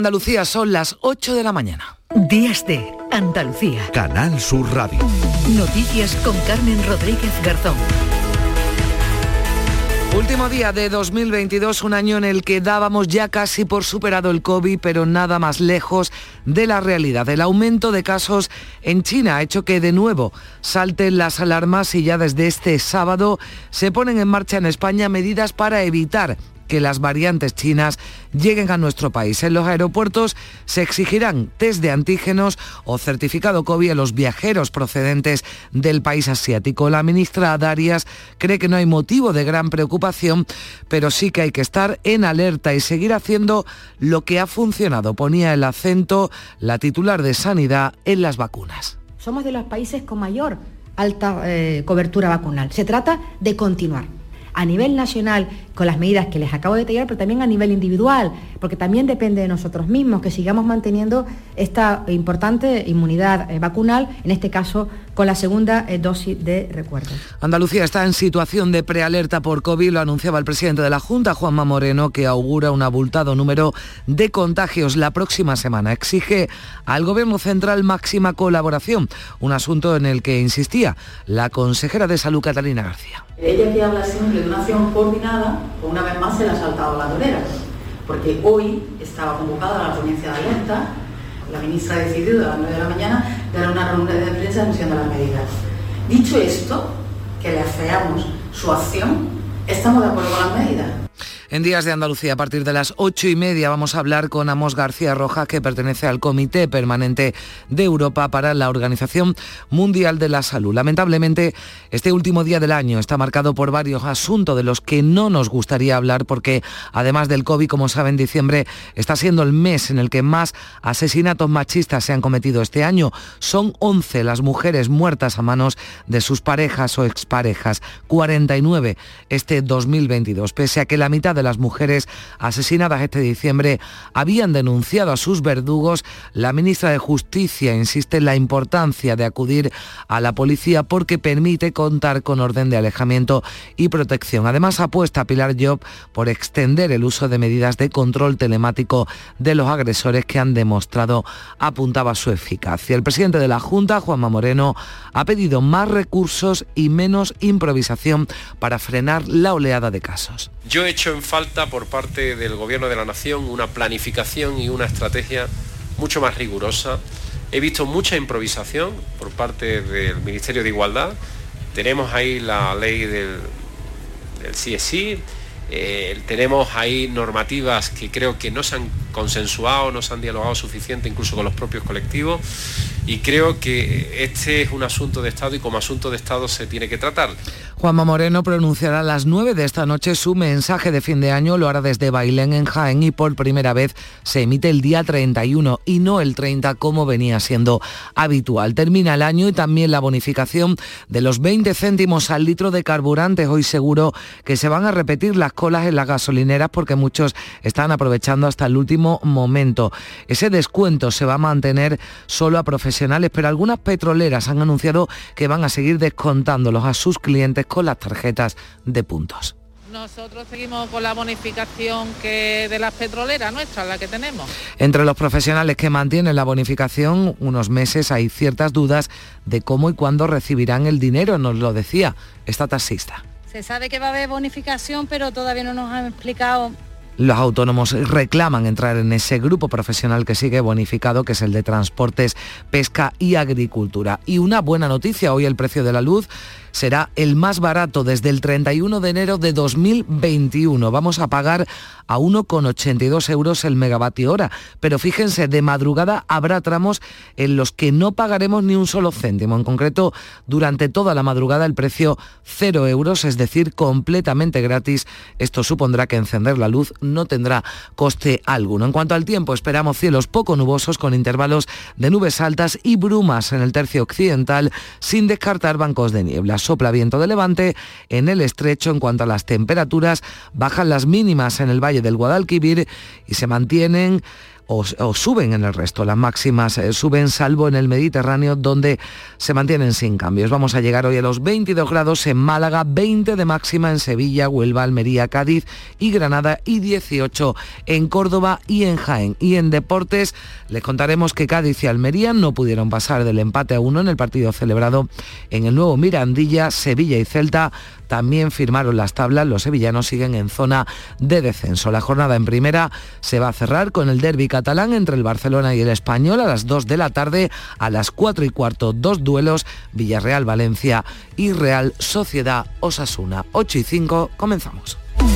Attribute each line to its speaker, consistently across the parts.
Speaker 1: Andalucía, son las 8 de la mañana.
Speaker 2: Días de Andalucía.
Speaker 3: Canal Sur Radio.
Speaker 2: Noticias con Carmen Rodríguez Garzón.
Speaker 1: Último día de 2022, un año en el que dábamos ya casi por superado el COVID, pero nada más lejos de la realidad. El aumento de casos en China ha hecho que de nuevo salten las alarmas y ya desde este sábado se ponen en marcha en España medidas para evitar que las variantes chinas lleguen a nuestro país. En los aeropuertos se exigirán test de antígenos o certificado COVID a los viajeros procedentes del país asiático. La ministra Darias cree que no hay motivo de gran preocupación, pero sí que hay que estar en alerta y seguir haciendo lo que ha funcionado. Ponía el acento la titular de Sanidad en las vacunas.
Speaker 4: Somos de los países con mayor alta cobertura vacunal. Se trata de continuar a nivel nacional con las medidas que les acabo de detallar, pero también a nivel individual, porque también depende de nosotros mismos que sigamos manteniendo esta importante inmunidad vacunal, en este caso con la segunda dosis de refuerzo.
Speaker 1: Andalucía está en situación de prealerta por COVID, lo anunciaba el presidente de la Junta, Juanma Moreno, que augura un abultado número de contagios la próxima semana. Exige al Gobierno central máxima colaboración, un asunto en el que insistía la consejera de Salud, Catalina García.
Speaker 5: Ella que habla siempre de una acción coordinada, una vez más se le ha saltado la torera, porque hoy estaba convocada la ponencia de alerta, la ministra ha decidido a las 9 de la mañana dar una reunión de prensa anunciando las medidas. Dicho esto, que le afeamos su acción, ¿estamos de acuerdo con las medidas?
Speaker 1: En Días de Andalucía, a partir de las 8:30, vamos a hablar con Amos García Rojas, que pertenece al Comité Permanente de Europa para la Organización Mundial de la Salud. Lamentablemente, este último día del año está marcado por varios asuntos de los que no nos gustaría hablar, porque además del COVID, como saben, diciembre está siendo el mes en el que más asesinatos machistas se han cometido este año. Son 11 las mujeres muertas a manos de sus parejas o exparejas, 49 este 2022, pese a que la mitad de las mujeres asesinadas este diciembre habían denunciado a sus verdugos. La ministra de Justicia insiste en la importancia de acudir a la policía porque permite contar con orden de alejamiento y protección. Además, apuesta Pilar Llop por extender el uso de medidas de control telemático de los agresores que han demostrado, apuntaba, su eficacia. El presidente de la Junta, Juanma Moreno, ha pedido más recursos y menos improvisación para frenar la oleada de casos.
Speaker 6: Yo he hecho en falta por parte del Gobierno de la Nación una planificación y una estrategia mucho más rigurosa. He visto mucha improvisación por parte del Ministerio de Igualdad. Tenemos ahí la ley del CSI, tenemos ahí normativas que creo que no se han consensuado, no se han dialogado suficiente incluso con los propios colectivos, y creo que este es un asunto de Estado y como asunto de Estado se tiene que tratar.
Speaker 1: Juanma Moreno pronunciará a las 9 de esta noche su mensaje de fin de año, lo hará desde Bailén en Jaén y por primera vez se emite el día 31 y no el 30 como venía siendo habitual. Termina el año y también la bonificación de los 20 céntimos al litro de carburantes. Hoy seguro que se van a repetir las colas en las gasolineras porque muchos están aprovechando hasta el último momento. Ese descuento se va a mantener solo a profesionales, pero algunas petroleras han anunciado que van a seguir descontándolos a sus clientes con las tarjetas de puntos.
Speaker 7: Nosotros seguimos con la bonificación que de las petroleras nuestras, la que tenemos.
Speaker 1: Entre los profesionales que mantienen la bonificación unos meses hay ciertas dudas de cómo y cuándo recibirán el dinero, nos lo decía esta taxista.
Speaker 8: Se sabe que va a haber bonificación, pero todavía no nos han explicado.
Speaker 1: Los autónomos reclaman entrar en ese grupo profesional que sigue bonificado, que es el de transportes, pesca y agricultura. Y una buena noticia, hoy el precio de la luz será el más barato desde el 31 de enero de 2021. Vamos a pagar a 1,82 euros el megavatio hora. Pero fíjense, de madrugada habrá tramos en los que no pagaremos ni un solo céntimo. En concreto, durante toda la madrugada el precio 0 euros, es decir, completamente gratis. Esto supondrá que encender la luz no tendrá coste alguno. En cuanto al tiempo, esperamos cielos poco nubosos con intervalos de nubes altas y brumas en el tercio occidental, sin descartar bancos de niebla. Sopla viento de levante en el estrecho. En cuanto a las temperaturas, bajan las mínimas en el valle del Guadalquivir y se mantienen o suben en el resto. Las máximas suben salvo en el Mediterráneo, donde se mantienen sin cambios. Vamos a llegar hoy a los 22 grados en Málaga, 20 de máxima en Sevilla, Huelva, Almería, Cádiz y Granada y 18 en Córdoba y en Jaén. Y en deportes les contaremos que Cádiz y Almería no pudieron pasar del empate a 1 en el partido celebrado en el nuevo Mirandilla. Sevilla y Celta también firmaron las tablas. Los sevillanos siguen en zona de descenso. La jornada en primera se va a cerrar con el derbi catalán entre el Barcelona y el Español a las 2 de la tarde. A las 4:15, 2 duelos: Villarreal-Valencia y Real Sociedad-Osasuna. 8:05, comenzamos.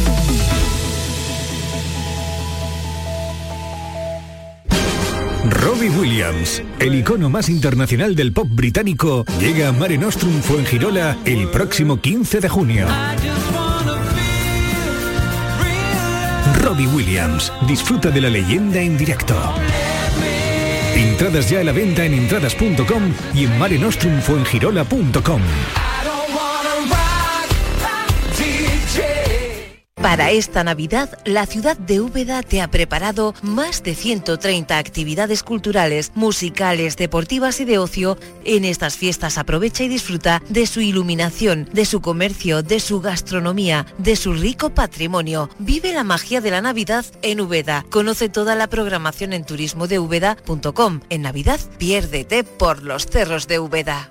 Speaker 3: Robbie Williams, el icono más internacional del pop británico, llega a Mare Nostrum Fuengirola el próximo 15 de junio. Robbie Williams, disfruta de la leyenda en directo. Entradas ya a la venta en entradas.com y en marenostrumfuengirola.com.
Speaker 9: Para esta Navidad, la ciudad de Úbeda te ha preparado más de 130 actividades culturales, musicales, deportivas y de ocio. En estas fiestas aprovecha y disfruta de su iluminación, de su comercio, de su gastronomía, de su rico patrimonio. Vive la magia de la Navidad en Úbeda. Conoce toda la programación en turismodeúbeda.com. En Navidad, piérdete por los cerros de Úbeda.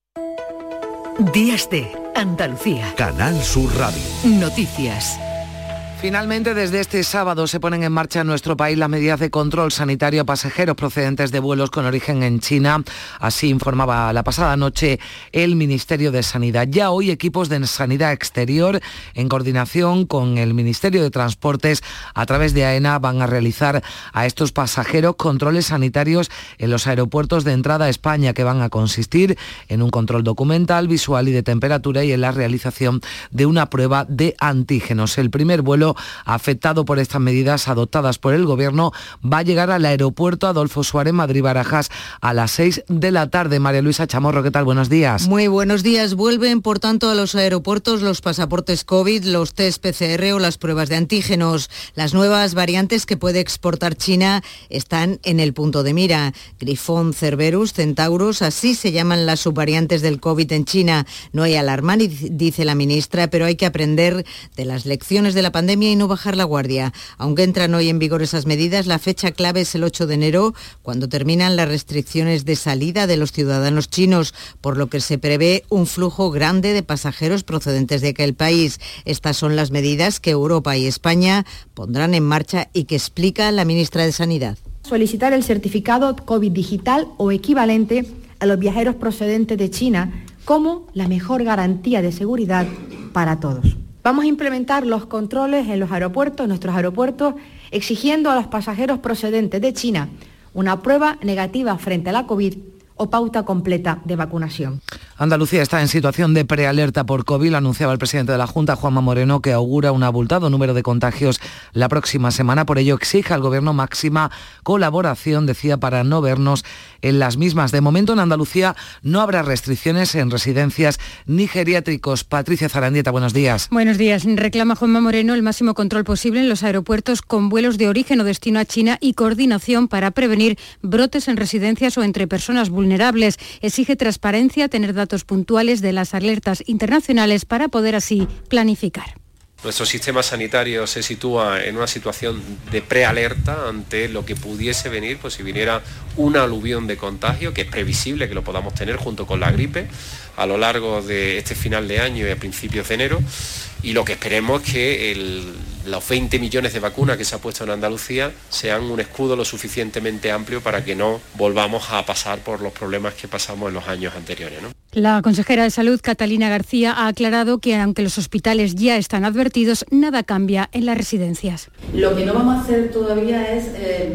Speaker 2: Días de Andalucía.
Speaker 10: Canal Sur Radio.
Speaker 2: Noticias.
Speaker 1: Finalmente, desde este sábado se ponen en marcha en nuestro país las medidas de control sanitario a pasajeros procedentes de vuelos con origen en China. Así informaba la pasada noche el Ministerio de Sanidad. Ya hoy equipos de sanidad exterior, en coordinación con el Ministerio de Transportes, a través de AENA, van a realizar a estos pasajeros controles sanitarios en los aeropuertos de entrada a España, que van a consistir en un control documental, visual y de temperatura, y en la realización de una prueba de antígenos. El primer vuelo afectado por estas medidas adoptadas por el Gobierno va a llegar al aeropuerto Adolfo Suárez Madrid-Barajas a las 6 de la tarde. María Luisa Chamorro, ¿qué tal? Buenos días.
Speaker 11: Muy buenos días. Vuelven, por tanto, a los aeropuertos los pasaportes COVID, los test PCR o las pruebas de antígenos. Las nuevas variantes que puede exportar China están en el punto de mira. Grifón, Cerberus, Centaurus, así se llaman las subvariantes del COVID en China. No hay alarma, dice la ministra, pero hay que aprender de las lecciones de la pandemia y no bajar la guardia. Aunque entran hoy en vigor esas medidas, la fecha clave es el 8 de enero, cuando terminan las restricciones de salida de los ciudadanos chinos, por lo que se prevé un flujo grande de pasajeros procedentes de aquel país. Estas son las medidas que Europa y España pondrán en marcha y que explica la ministra de Sanidad.
Speaker 4: Solicitar el certificado COVID digital o equivalente a los viajeros procedentes de China como la mejor garantía de seguridad para todos. Vamos a implementar los controles en los aeropuertos, nuestros aeropuertos, exigiendo a los pasajeros procedentes de China una prueba negativa frente a la COVID o pauta completa de vacunación.
Speaker 1: Andalucía está en situación de prealerta por COVID. Lo anunciaba el presidente de la Junta, Juanma Moreno, que augura un abultado número de contagios la próxima semana. Por ello exige al Gobierno máxima colaboración, decía, para no vernos en las mismas. De momento en Andalucía no habrá restricciones en residencias ni geriátricos. Patricia Zarandieta, buenos días.
Speaker 12: Buenos días. Reclama Juanma Moreno el máximo control posible en los aeropuertos con vuelos de origen o destino a China y coordinación para prevenir brotes en residencias o entre personas vulnerables. Exige transparencia, tener datos puntuales de las alertas internacionales para poder así planificar.
Speaker 6: Nuestro sistema sanitario se sitúa en una situación de prealerta ante lo que pudiese venir, pues si viniera una aluvión de contagio, que es previsible que lo podamos tener junto con la gripe a lo largo de este final de año y a principios de enero. Y lo que esperemos es que los 20 millones de vacunas que se ha puesto en Andalucía sean un escudo lo suficientemente amplio para que no volvamos a pasar por los problemas que pasamos en los años anteriores, ¿no?
Speaker 12: La consejera de Salud, Catalina García, ha aclarado que aunque los hospitales ya están advertidos, nada cambia en las residencias.
Speaker 5: Lo que no vamos a hacer todavía es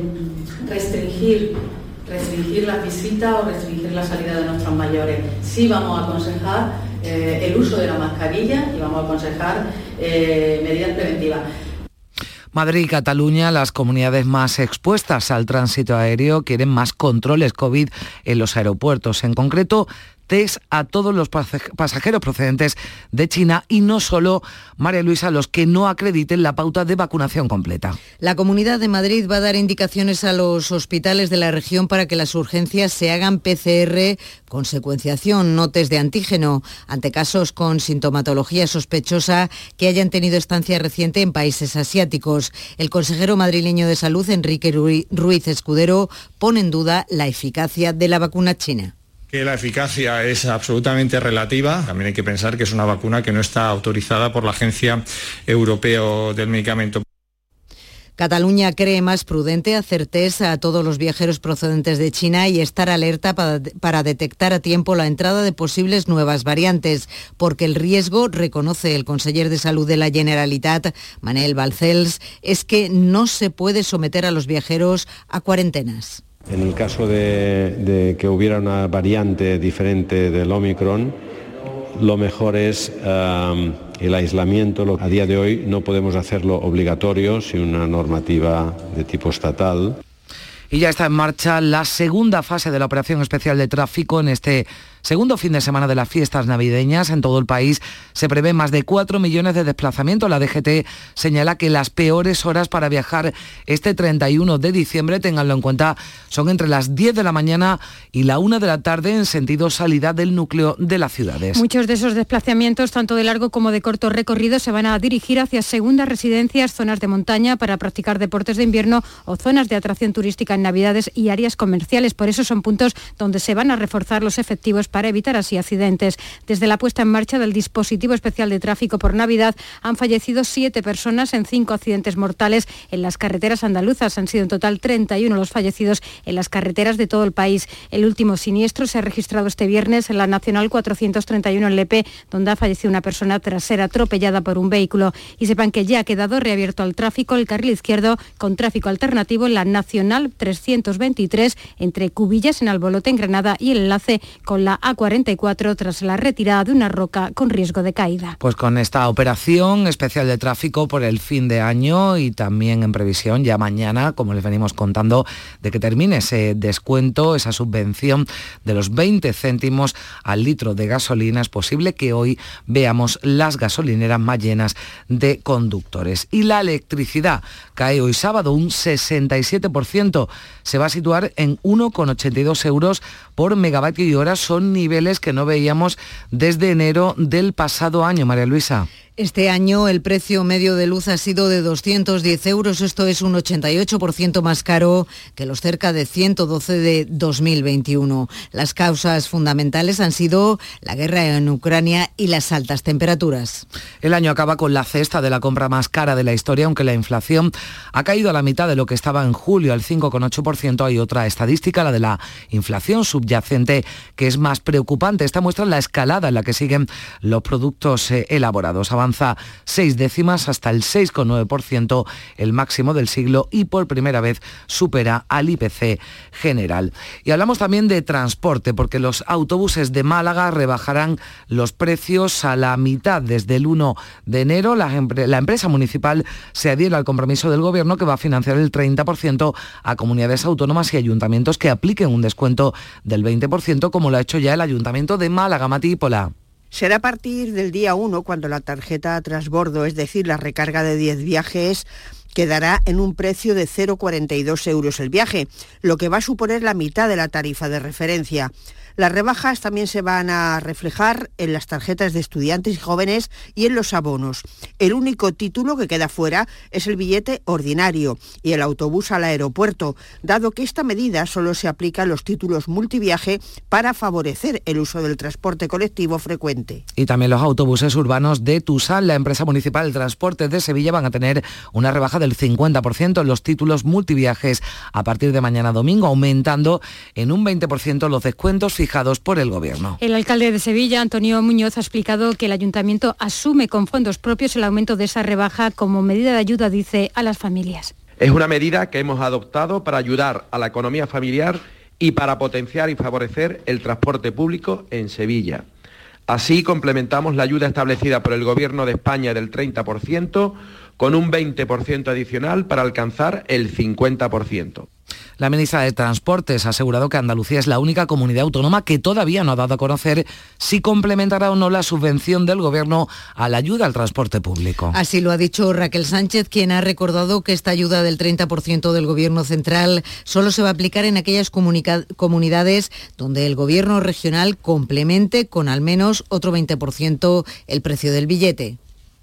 Speaker 5: restringir las visitas o restringir la salida de nuestros mayores. Sí vamos a aconsejar el uso de la mascarilla y vamos a aconsejar medidas preventivas.
Speaker 1: Madrid y Cataluña, las comunidades más expuestas al tránsito aéreo, quieren más controles COVID en los aeropuertos. En concreto, test a todos los pasajeros procedentes de China y no solo, María Luisa, los que no acrediten la pauta de vacunación completa.
Speaker 11: La Comunidad de Madrid va a dar indicaciones a los hospitales de la región para que las urgencias se hagan PCR con secuenciación, no test de antígeno, ante casos con sintomatología sospechosa que hayan tenido estancia reciente en países asiáticos. El consejero madrileño de Salud, Enrique Ruiz Escudero, pone en duda la eficacia de la vacuna china.
Speaker 10: Que la eficacia es absolutamente relativa. También hay que pensar que es una vacuna que no está autorizada por la Agencia Europea del Medicamento.
Speaker 11: Cataluña cree más prudente hacer test a todos los viajeros procedentes de China y estar alerta para detectar a tiempo la entrada de posibles nuevas variantes, porque el riesgo, reconoce el conseller de Salud de la Generalitat, Manel Balcells, es que no se puede someter a los viajeros a cuarentenas.
Speaker 13: En el caso de que hubiera una variante diferente del Omicron, lo mejor es el aislamiento. A día de hoy no podemos hacerlo obligatorio sin una normativa de tipo estatal.
Speaker 1: Y ya está en marcha la segunda fase de la operación especial de tráfico en este segundo fin de semana de las fiestas navideñas. En todo el país se prevé más de 4 millones de desplazamientos. La DGT señala que las peores horas para viajar este 31 de diciembre, ténganlo en cuenta, son entre las 10 de la mañana y la 1 de la tarde en sentido salida del núcleo de las ciudades.
Speaker 12: Muchos de esos desplazamientos, tanto de largo como de corto recorrido, se van a dirigir hacia segundas residencias, zonas de montaña para practicar deportes de invierno o zonas de atracción turística en Navidades y áreas comerciales. Por eso son puntos donde se van a reforzar los efectivos para evitar así accidentes. Desde la puesta en marcha del dispositivo especial de tráfico por Navidad han fallecido 7 personas en 5 accidentes mortales en las carreteras andaluzas. Han sido en total 31 los fallecidos en las carreteras de todo el país. El último siniestro se ha registrado este viernes en la Nacional 431 en Lepe, donde ha fallecido una persona tras ser atropellada por un vehículo. Y sepan que ya ha quedado reabierto al tráfico el carril izquierdo con tráfico alternativo en la Nacional 323 entre Cubillas en Albolote, en Granada, y el enlace con la A44 tras la retirada de una roca con riesgo de caída.
Speaker 1: Pues con esta operación especial de tráfico por el fin de año y también en previsión ya mañana, como les venimos contando, de que termine ese descuento, esa subvención de los 20 céntimos al litro de gasolina, es posible que hoy veamos las gasolineras más llenas de conductores. Y la electricidad cae hoy sábado un 67%. Se va a situar en 1,82 euros por megavatio hora. Son niveles que no veíamos desde enero del pasado año, María Luisa.
Speaker 11: Este año el precio medio de luz ha sido de 210 euros, esto es un 88% más caro que los cerca de 112 de 2021. Las causas fundamentales han sido la guerra en Ucrania y las altas temperaturas.
Speaker 1: El año acaba con la cesta de la compra más cara de la historia, aunque la inflación ha caído a la mitad de lo que estaba en julio, al 5,8%. Hay otra estadística, la de la inflación subyacente, que es más preocupante. Esta muestra la escalada en la que siguen los productos elaborados. Avanza 6 décimas hasta el 6,9%, el máximo del siglo, y por primera vez supera al IPC general. Y hablamos también de transporte, porque los autobuses de Málaga rebajarán los precios a la mitad desde el 1 de enero. La empresa municipal se adhiere al compromiso del Gobierno, que va a financiar el 30% a comunidades autónomas y ayuntamientos que apliquen un descuento del 20%, como lo ha hecho ya el Ayuntamiento de Málaga. Mati Pola.
Speaker 14: Será a partir del día 1 cuando la tarjeta transbordo, es decir, la recarga de 10 viajes, quedará en un precio de 0,42 euros el viaje, lo que va a suponer la mitad de la tarifa de referencia. Las rebajas también se van a reflejar en las tarjetas de estudiantes y jóvenes y en los abonos. El único título que queda fuera es el billete ordinario y el autobús al aeropuerto, dado que esta medida solo se aplica a los títulos multiviaje para favorecer el uso del transporte colectivo frecuente.
Speaker 1: Y también los autobuses urbanos de Tusal, la empresa municipal de transporte de Sevilla, van a tener una rebaja del 50% en los títulos multiviajes a partir de mañana domingo, aumentando en un 20% los descuentos fijados por el Gobierno.
Speaker 12: El alcalde de Sevilla, Antonio Muñoz, ha explicado que el Ayuntamiento asume con fondos propios el aumento de esa rebaja como medida de ayuda, dice, a las familias.
Speaker 15: Es una medida que hemos adoptado para ayudar a la economía familiar y para potenciar y favorecer el transporte público en Sevilla. Así complementamos la ayuda establecida por el Gobierno de España del 30% con un 20% adicional para alcanzar el 50%.
Speaker 1: La ministra de Transportes ha asegurado que Andalucía es la única comunidad autónoma que todavía no ha dado a conocer si complementará o no la subvención del Gobierno a la ayuda al transporte público.
Speaker 11: Así lo ha dicho Raquel Sánchez, quien ha recordado que esta ayuda del 30% del Gobierno central solo se va a aplicar en aquellas comunidades donde el Gobierno regional complemente con al menos otro 20% el precio del billete.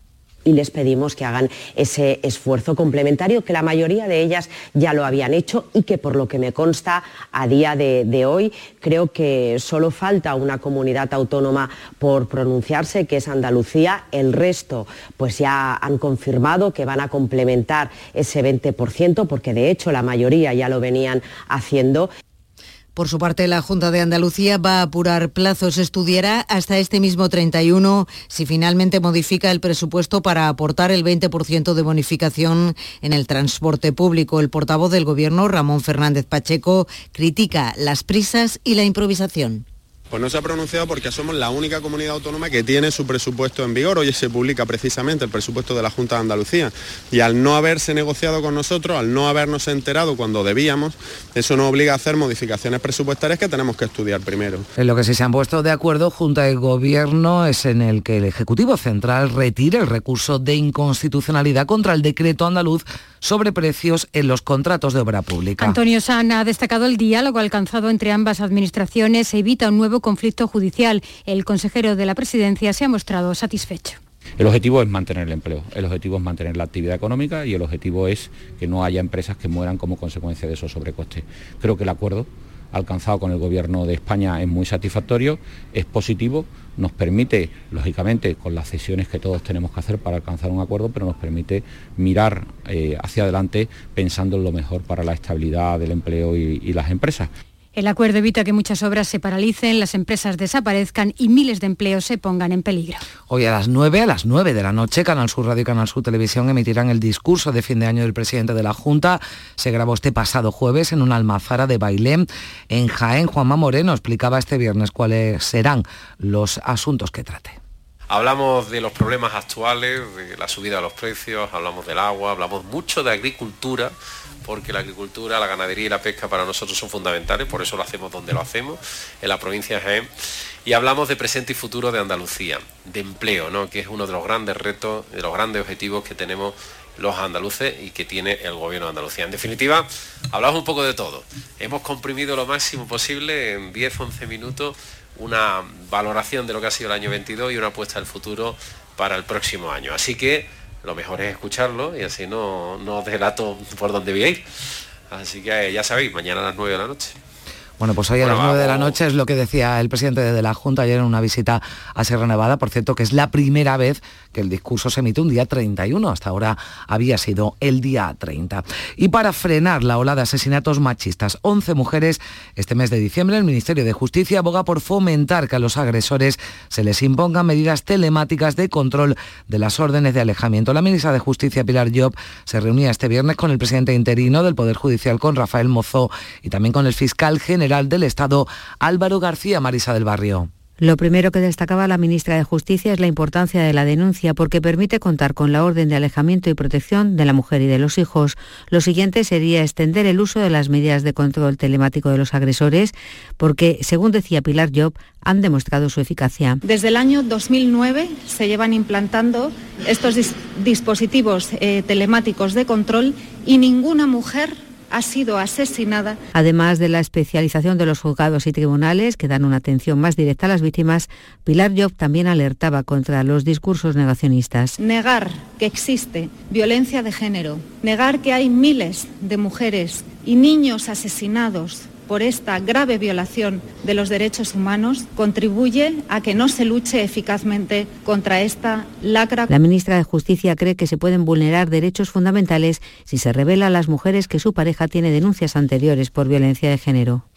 Speaker 16: Y les pedimos que hagan ese esfuerzo complementario, que la mayoría de ellas ya lo habían hecho y que, por lo que me consta, a día de hoy creo que solo falta una comunidad autónoma por pronunciarse, que es Andalucía. El resto pues ya han confirmado que van a complementar ese 20%, porque de hecho la mayoría ya lo venían haciendo.
Speaker 11: Por su parte, la Junta de Andalucía va a apurar plazos. Estudiará hasta este mismo 31 si finalmente modifica el presupuesto para aportar el 20% de bonificación en el transporte público. El portavoz del Gobierno, Ramón Fernández Pacheco, critica las prisas y la improvisación.
Speaker 17: Pues no se ha pronunciado porque somos la única comunidad autónoma que tiene su presupuesto en vigor. Hoy se publica precisamente el presupuesto de la Junta de Andalucía y al no haberse negociado con nosotros, al no habernos enterado cuando debíamos, eso nos obliga a hacer modificaciones presupuestarias que tenemos que estudiar primero.
Speaker 1: En lo que sí se han puesto de acuerdo Junta y Gobierno es en el que el Ejecutivo Central retire el recurso de inconstitucionalidad contra el decreto andaluz sobre precios en los contratos de obra pública.
Speaker 12: Antonio San ha destacado el diálogo alcanzado entre ambas administraciones, evita un nuevo conflicto judicial. El consejero de la Presidencia se ha mostrado satisfecho.
Speaker 18: El objetivo es mantener el empleo, el objetivo es mantener la actividad económica y el objetivo es que no haya empresas que mueran como consecuencia de esos sobrecostes. Creo que el acuerdo alcanzado con el Gobierno de España es muy satisfactorio, es positivo, nos permite, lógicamente, con las cesiones que todos tenemos que hacer para alcanzar un acuerdo, pero nos permite mirar hacia adelante pensando en lo mejor para la estabilidad del empleo y las empresas.
Speaker 12: El acuerdo evita que muchas obras se paralicen, las empresas desaparezcan y miles de empleos se pongan en peligro.
Speaker 1: Hoy a las 9 de la noche, Canal Sur Radio y Canal Sur Televisión emitirán el discurso de fin de año del presidente de la Junta. Se grabó este pasado jueves en una almazara de Bailén en Jaén. Juanma Moreno explicaba este viernes cuáles serán los asuntos que trate.
Speaker 6: Hablamos de los problemas actuales, de la subida de los precios, hablamos del agua, hablamos mucho de agricultura, porque la agricultura, la ganadería y la pesca para nosotros son fundamentales, por eso lo hacemos donde lo hacemos, en la provincia de Jaén. Y hablamos de presente y futuro de Andalucía, de empleo, ¿no?, que es uno de los grandes retos, de los grandes objetivos que tenemos los andaluces y que tiene el Gobierno de Andalucía. En definitiva, hablamos un poco de todo. Hemos comprimido lo máximo posible en 10-11 minutos una valoración de lo que ha sido el año 22 y una apuesta al futuro para el próximo año. Así que lo mejor es escucharlo y así no os delato por dónde voy a ir. Así que ya sabéis, mañana a las 9 de la noche.
Speaker 1: Bueno, pues hoy a las 9 de la noche es lo que decía el presidente de la Junta ayer en una visita a Sierra Nevada. Por cierto, que es la primera vez que el discurso se emite un día 31. Hasta ahora había sido el día 30. Y para frenar la ola de asesinatos machistas, 11 mujeres este mes de diciembre, el Ministerio de Justicia aboga por fomentar que a los agresores se les impongan medidas telemáticas de control de las órdenes de alejamiento. La ministra de Justicia, Pilar Llop, se reunía este viernes con el presidente interino del Poder Judicial, con Rafael Mozó, y también con el fiscal general del Estado, Álvaro García. Marisa del Barrio.
Speaker 19: Lo primero que destacaba la ministra de Justicia es la importancia de la denuncia, porque permite contar con la orden de alejamiento y protección de la mujer y de los hijos. Lo siguiente sería extender el uso de las medidas de control telemático de los agresores, porque, según decía Pilar Llop, han demostrado su eficacia.
Speaker 20: Desde el año 2009 se llevan implantando estos dispositivos telemáticos de control y ninguna mujer ha sido asesinada.
Speaker 19: Además de la especialización de los juzgados y tribunales, que dan una atención más directa a las víctimas, Pilar Llop también alertaba contra los discursos negacionistas.
Speaker 20: Negar que existe violencia de género, negar que hay miles de mujeres y niños asesinados por esta grave violación de los derechos humanos, contribuye a que no se luche eficazmente contra esta lacra.
Speaker 19: La ministra de Justicia cree que se pueden vulnerar derechos fundamentales si se revela a las mujeres que su pareja tiene denuncias anteriores por violencia de género.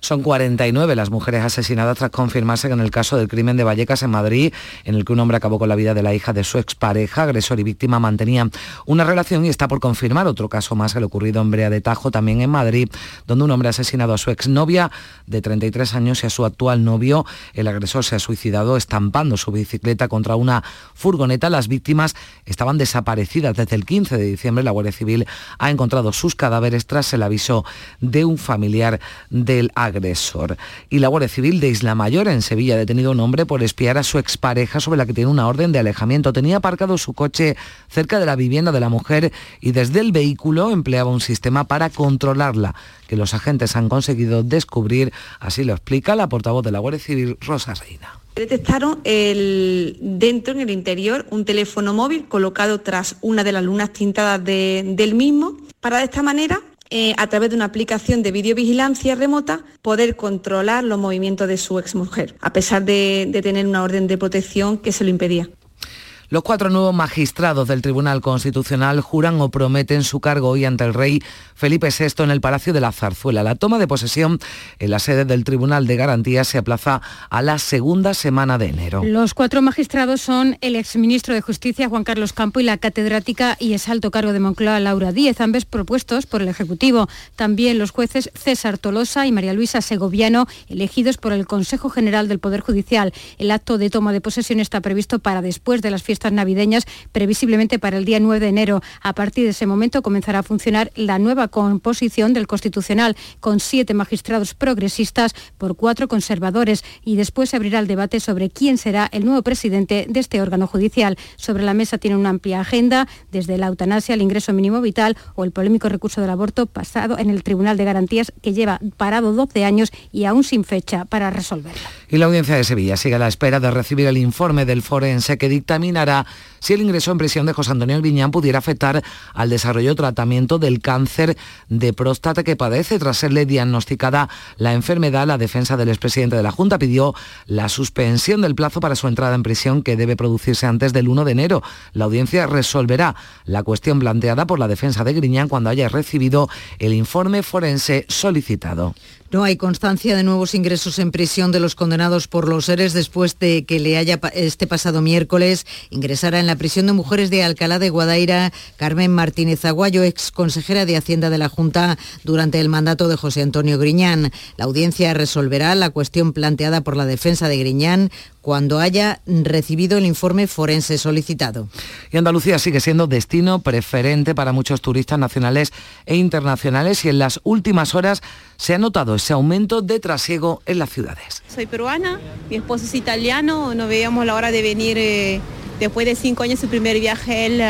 Speaker 1: Son 49 las mujeres asesinadas tras confirmarse que en el caso del crimen de Vallecas en Madrid, en el que un hombre acabó con la vida de la hija de su expareja, agresor y víctima mantenían una relación, y está por confirmar otro caso más, el ocurrido en Brea de Tajo, también en Madrid, donde un hombre ha asesinado a su exnovia de 33 años y a su actual novio. El agresor se ha suicidado estampando su bicicleta contra una furgoneta. Las víctimas estaban desaparecidas desde el 15 de diciembre. La Guardia Civil ha encontrado sus cadáveres tras el aviso de un familiar del agresor. Y la Guardia Civil de Isla Mayor, en Sevilla, ha detenido a un hombre por espiar a su expareja, sobre la que tiene una orden de alejamiento. Tenía aparcado su coche cerca de la vivienda de la mujer y desde el vehículo empleaba un sistema para controlarla, que los agentes han conseguido descubrir. Así lo explica la portavoz de la Guardia Civil, Rosa Reina.
Speaker 21: Detectaron dentro, en el interior, un teléfono móvil colocado tras una de las lunas tintadas del mismo, para de esta manera, a través de una aplicación de videovigilancia remota, poder controlar los movimientos de su exmujer, a pesar de tener una orden de protección que se lo impedía.
Speaker 1: Los 4 nuevos magistrados del Tribunal Constitucional juran o prometen su cargo hoy ante el rey Felipe VI en el Palacio de la Zarzuela. La toma de posesión en la sede del Tribunal de Garantías se aplaza a la segunda semana de enero.
Speaker 12: Los 4 magistrados son el exministro de Justicia, Juan Carlos Campo, y la catedrática y exalto cargo de Moncloa, Laura Díez, ambos propuestos por el Ejecutivo. También los jueces César Tolosa y María Luisa Segoviano, elegidos por el Consejo General del Poder Judicial. El acto de toma de posesión está previsto para después de las fiestas navideñas, previsiblemente para el día 9 de enero. A partir de ese momento comenzará a funcionar la nueva composición del Constitucional, con 7 magistrados progresistas por 4 conservadores, y después se abrirá el debate sobre quién será el nuevo presidente de este órgano judicial. Sobre la mesa tiene una amplia agenda, desde la eutanasia, el ingreso mínimo vital o el polémico recurso del aborto pasado en el Tribunal de Garantías, que lleva parado 12 años y aún sin fecha para resolverlo.
Speaker 1: Y la Audiencia de Sevilla sigue a la espera de recibir el informe del forense que dictaminará si el ingreso en prisión de José Antonio Griñán pudiera afectar al desarrollo o tratamiento del cáncer de próstata que padece. Tras serle diagnosticada la enfermedad, la defensa del expresidente de la Junta pidió la suspensión del plazo para su entrada en prisión, que debe producirse antes del 1 de enero. La audiencia resolverá la cuestión planteada por la defensa de Griñán cuando haya recibido el informe forense solicitado.
Speaker 11: No hay constancia de nuevos ingresos en prisión de los condenados por los ERES después de que este pasado miércoles ingresara en la prisión de mujeres de Alcalá de Guadaira Carmen Martínez Aguayo, ex consejera de Hacienda de la Junta durante el mandato de José Antonio Griñán. La audiencia resolverá la cuestión planteada por la defensa de Griñán cuando haya recibido el informe forense solicitado.
Speaker 1: Y Andalucía sigue siendo destino preferente para muchos turistas nacionales e internacionales, y en las últimas horas se ha notado ese aumento de trasiego en las ciudades.
Speaker 22: Soy peruana, mi esposo es italiano, no veíamos la hora de venir después de 5 años, su primer viaje, él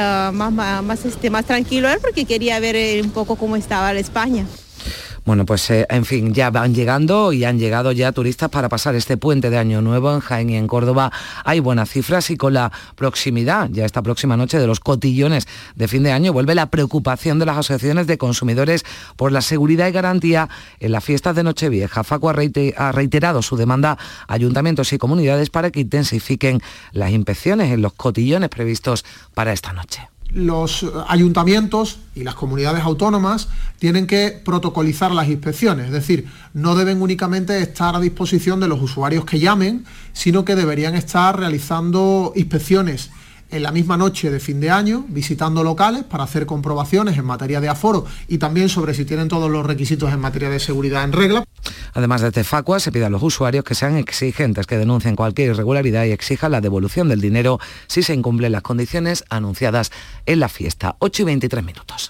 Speaker 22: más tranquilo, porque quería ver un poco cómo estaba la España.
Speaker 1: Bueno, pues en fin, ya van llegando y han llegado ya turistas para pasar este puente de Año Nuevo. En Jaén y en Córdoba hay buenas cifras, y con la proximidad ya esta próxima noche de los cotillones de fin de año vuelve la preocupación de las asociaciones de consumidores por la seguridad y garantía en las fiestas de Nochevieja. Facua ha reiterado su demanda a ayuntamientos y comunidades para que intensifiquen las inspecciones en los cotillones previstos para esta noche.
Speaker 23: Los ayuntamientos y las comunidades autónomas tienen que protocolizar las inspecciones, es decir, no deben únicamente estar a disposición de los usuarios que llamen, sino que deberían estar realizando inspecciones en la misma noche de fin de año, visitando locales para hacer comprobaciones en materia de aforo y también sobre si tienen todos los requisitos en materia de seguridad en regla.
Speaker 1: Además, desde Facua se pide a los usuarios que sean exigentes, que denuncien cualquier irregularidad y exijan la devolución del dinero si se incumplen las condiciones anunciadas en la fiesta. 8:23.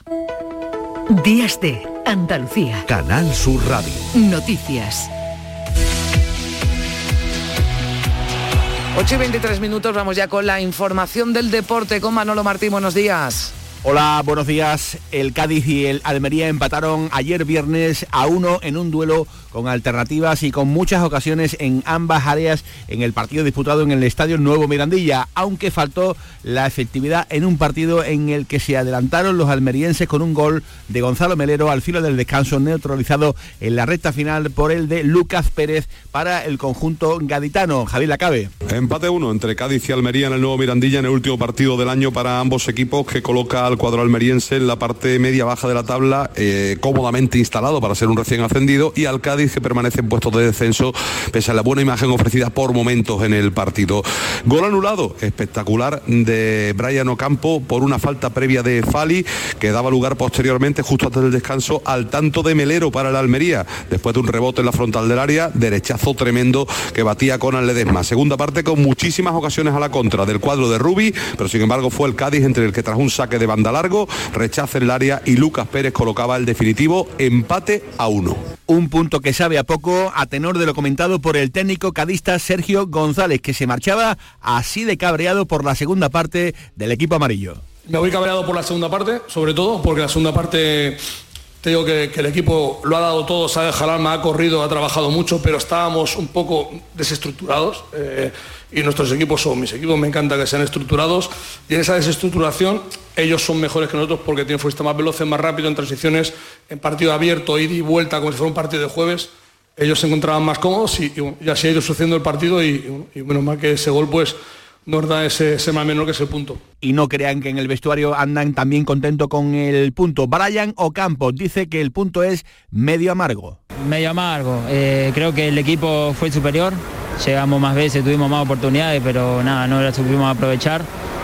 Speaker 2: Días de Andalucía.
Speaker 3: Canal Sur Radio.
Speaker 2: Noticias.
Speaker 1: 8:23, vamos ya con la información del deporte con Manolo Martín. Buenos días.
Speaker 24: Hola, buenos días. El Cádiz y el Almería empataron ayer viernes a 1 en un duelo con alternativas y con muchas ocasiones en ambas áreas en el partido disputado en el Estadio Nuevo Mirandilla, aunque faltó la efectividad en un partido en el que se adelantaron los almerienses con un gol de Gonzalo Melero al filo del descanso, neutralizado en la recta final por el de Lucas Pérez para el conjunto gaditano. Javier Lacabe.
Speaker 25: Empate 1 entre Cádiz y Almería en el Nuevo Mirandilla en el último partido del año para ambos equipos, que coloca al
Speaker 4: el cuadro almeriense en la parte media-baja de la tabla, cómodamente instalado para ser un recién ascendido, y al Cádiz, que permanece en puestos de descenso pese a la buena imagen ofrecida por momentos en el partido. Gol anulado espectacular de Brian Ocampo por una falta previa de Fali, que daba lugar posteriormente, justo antes del descanso, al tanto de Melero para el Almería, después de un rebote en la frontal del área, derechazo tremendo que batía Conan Ledesma. Segunda parte con muchísimas ocasiones a la contra del cuadro de Rubi, pero sin embargo fue el Cádiz entre el que tras un saque de banda largo, rechaza en el área y Lucas Pérez colocaba el definitivo empate a 1.
Speaker 24: Un punto que sabe a poco a tenor de lo comentado por el técnico cadista Sergio González, que se marchaba así de cabreado por la segunda parte del equipo amarillo.
Speaker 7: Me voy cabreado por la segunda parte, sobre todo porque la segunda parte, te digo que el equipo lo ha dado todo, sabe jalarme, ha corrido, ha trabajado mucho, pero estábamos un poco desestructurados, y nuestros equipos son, mis equipos me encanta que sean estructurados, y en esa desestructuración ellos son mejores que nosotros porque tienen futbolistas más veloces, más rápido, en transiciones, en partido abierto, ida y vuelta, como si fuera un partido de jueves. Ellos se encontraban más cómodos y así ha ido sucediendo el partido y menos mal que ese gol pues nos da ese más menor que ese punto.
Speaker 24: Y no crean que en el vestuario andan también contentos con el punto. Brian Ocampo dice que el punto es medio amargo.
Speaker 8: Medio amargo, creo que el equipo fue superior, llegamos más veces, tuvimos más oportunidades, pero nada, no las supimos aprovechar,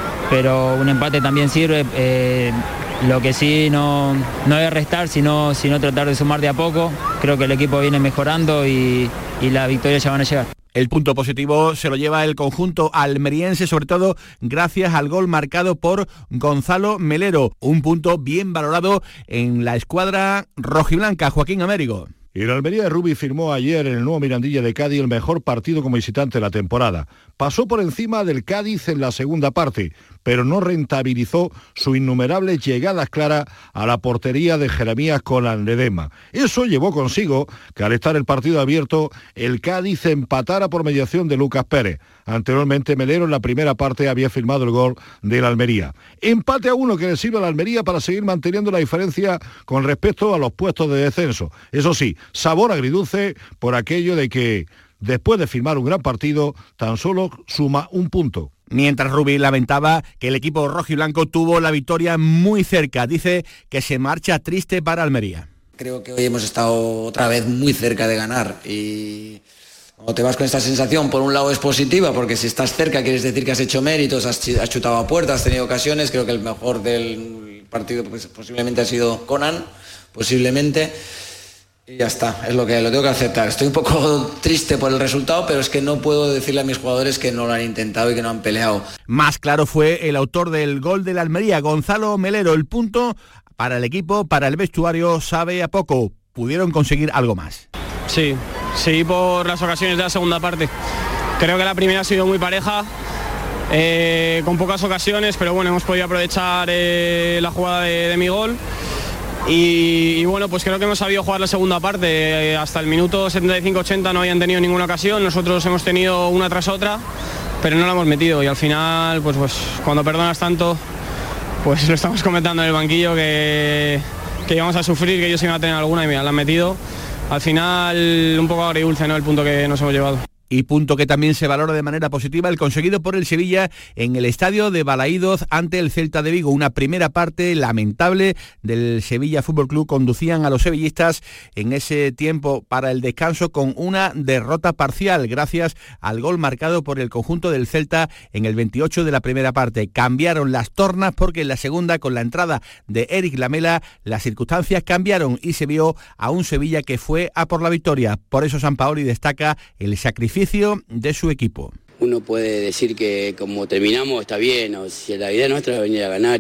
Speaker 8: pero un empate también sirve. Lo que sí no es restar, sino tratar de sumar de a poco. Creo que el equipo viene mejorando y la victoria ya van a llegar.
Speaker 24: El punto positivo se lo lleva el conjunto almeriense, sobre todo gracias al gol marcado por Gonzalo Melero. Un punto bien valorado en la escuadra rojiblanca. Joaquín Américo.
Speaker 9: Y la Almería de Rubi firmó ayer en el nuevo Mirandilla de Cádiz el mejor partido como visitante de la temporada. Pasó por encima del Cádiz en la segunda parte, pero no rentabilizó sus innumerables llegadas claras a la portería de Jeremías Conan Ledesma. Eso llevó consigo que al estar el partido abierto, el Cádiz empatara por mediación de Lucas Pérez. Anteriormente Melero en la primera parte había firmado el gol de la Almería. Empate a 1 que le sirve a la Almería para seguir manteniendo la diferencia con respecto a los puestos de descenso. Eso sí, sabor agridulce por aquello de que después de firmar un gran partido tan solo suma un punto.
Speaker 24: Mientras Rubi lamentaba que el equipo rojiblanco tuvo la victoria muy cerca. Dice que se marcha triste para Almería.
Speaker 25: Creo que hoy hemos estado otra vez muy cerca de ganar y cuando te vas con esta sensación, por un lado es positiva porque si estás cerca quieres decir que has hecho méritos, has chutado a puerta, has tenido ocasiones. Creo que el mejor del partido pues, posiblemente ha sido Conan, posiblemente. Y ya está, es lo tengo que aceptar. Estoy un poco triste por el resultado, pero es que no puedo decirle a mis jugadores que no lo han intentado y que no han peleado.
Speaker 24: Más claro fue el autor del gol de la Almería, Gonzalo Melero. El punto para el equipo, para el vestuario, sabe a poco. Pudieron conseguir algo más.
Speaker 8: Sí, por las ocasiones de la segunda parte. Creo que la primera ha sido muy pareja, con pocas ocasiones, pero bueno, hemos podido aprovechar la jugada de mi gol. Y bueno, pues creo que hemos sabido jugar la segunda parte. Hasta el minuto 75-80 no habían tenido ninguna ocasión, nosotros hemos tenido una tras otra, pero no la hemos metido y al final, pues cuando perdonas tanto, pues lo estamos comentando en el banquillo que íbamos a sufrir, que ellos iban a tener alguna y mira, la han metido. Al final un poco agridulce, ¿no?, el punto que nos hemos llevado.
Speaker 24: Y punto que también se valora de manera positiva el conseguido por el Sevilla en el estadio de Balaídos ante el Celta de Vigo. Una primera parte lamentable del Sevilla Fútbol Club. Conducían a los sevillistas en ese tiempo para el descanso con una derrota parcial gracias al gol marcado por el conjunto del Celta en el 28 de la primera parte. Cambiaron las tornas porque en la segunda, con la entrada de Eric Lamela, las circunstancias cambiaron y se vio a un Sevilla que fue a por la victoria. Por eso Sampaoli destaca el sacrificio de su equipo.
Speaker 26: Uno puede decir que como terminamos está bien, o si la idea nuestra es venir a ganar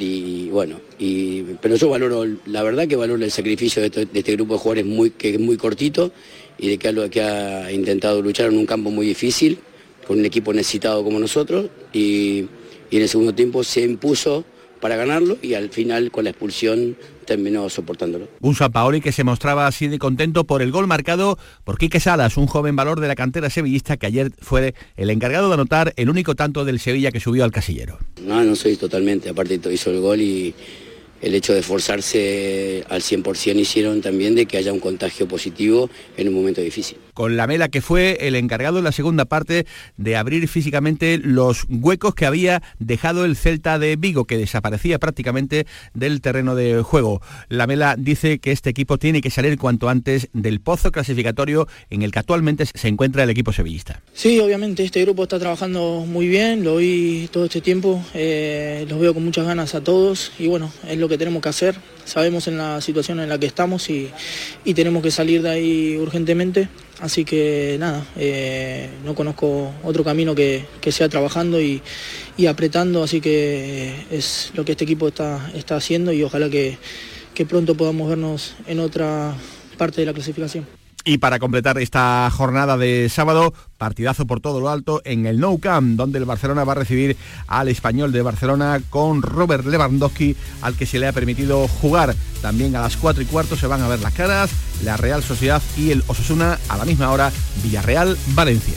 Speaker 26: pero yo valoro, la verdad que valoro el sacrificio de este grupo de jugadores que es muy cortito y de que ha intentado luchar en un campo muy difícil, con un equipo necesitado como nosotros y en el segundo tiempo se impuso para ganarlo y al final con la expulsión terminó soportándolo.
Speaker 24: Un Sampaoli que se mostraba así de contento por el gol marcado por Quique Salas, un joven valor de la cantera sevillista que ayer fue el encargado de anotar el único tanto del Sevilla que subió al casillero.
Speaker 26: No soy totalmente, aparte hizo el gol y el hecho de esforzarse al 100% hicieron también de que haya un contagio positivo en un momento difícil.
Speaker 24: Con Lamela, que fue el encargado en la segunda parte de abrir físicamente los huecos que había dejado el Celta de Vigo, que desaparecía prácticamente del terreno de juego. Lamela dice que este equipo tiene que salir cuanto antes del pozo clasificatorio en el que actualmente se encuentra el equipo sevillista.
Speaker 5: Sí, obviamente este grupo está trabajando muy bien, lo vi todo este tiempo, los veo con muchas ganas a todos y bueno, es lo que tenemos que hacer. Sabemos en la situación en la que estamos y tenemos que salir de ahí urgentemente, así que nada, no conozco otro camino que sea trabajando y apretando, así que es lo que este equipo está haciendo y ojalá que pronto podamos vernos en otra parte de la clasificación.
Speaker 24: Y para completar esta jornada de sábado, partidazo por todo lo alto en el Nou Camp, donde el Barcelona va a recibir al Español de Barcelona con Robert Lewandowski, al que se le ha permitido jugar. También a las 4:15 se van a ver las caras, la Real Sociedad y el Osasuna, a la misma hora, Villarreal-Valencia.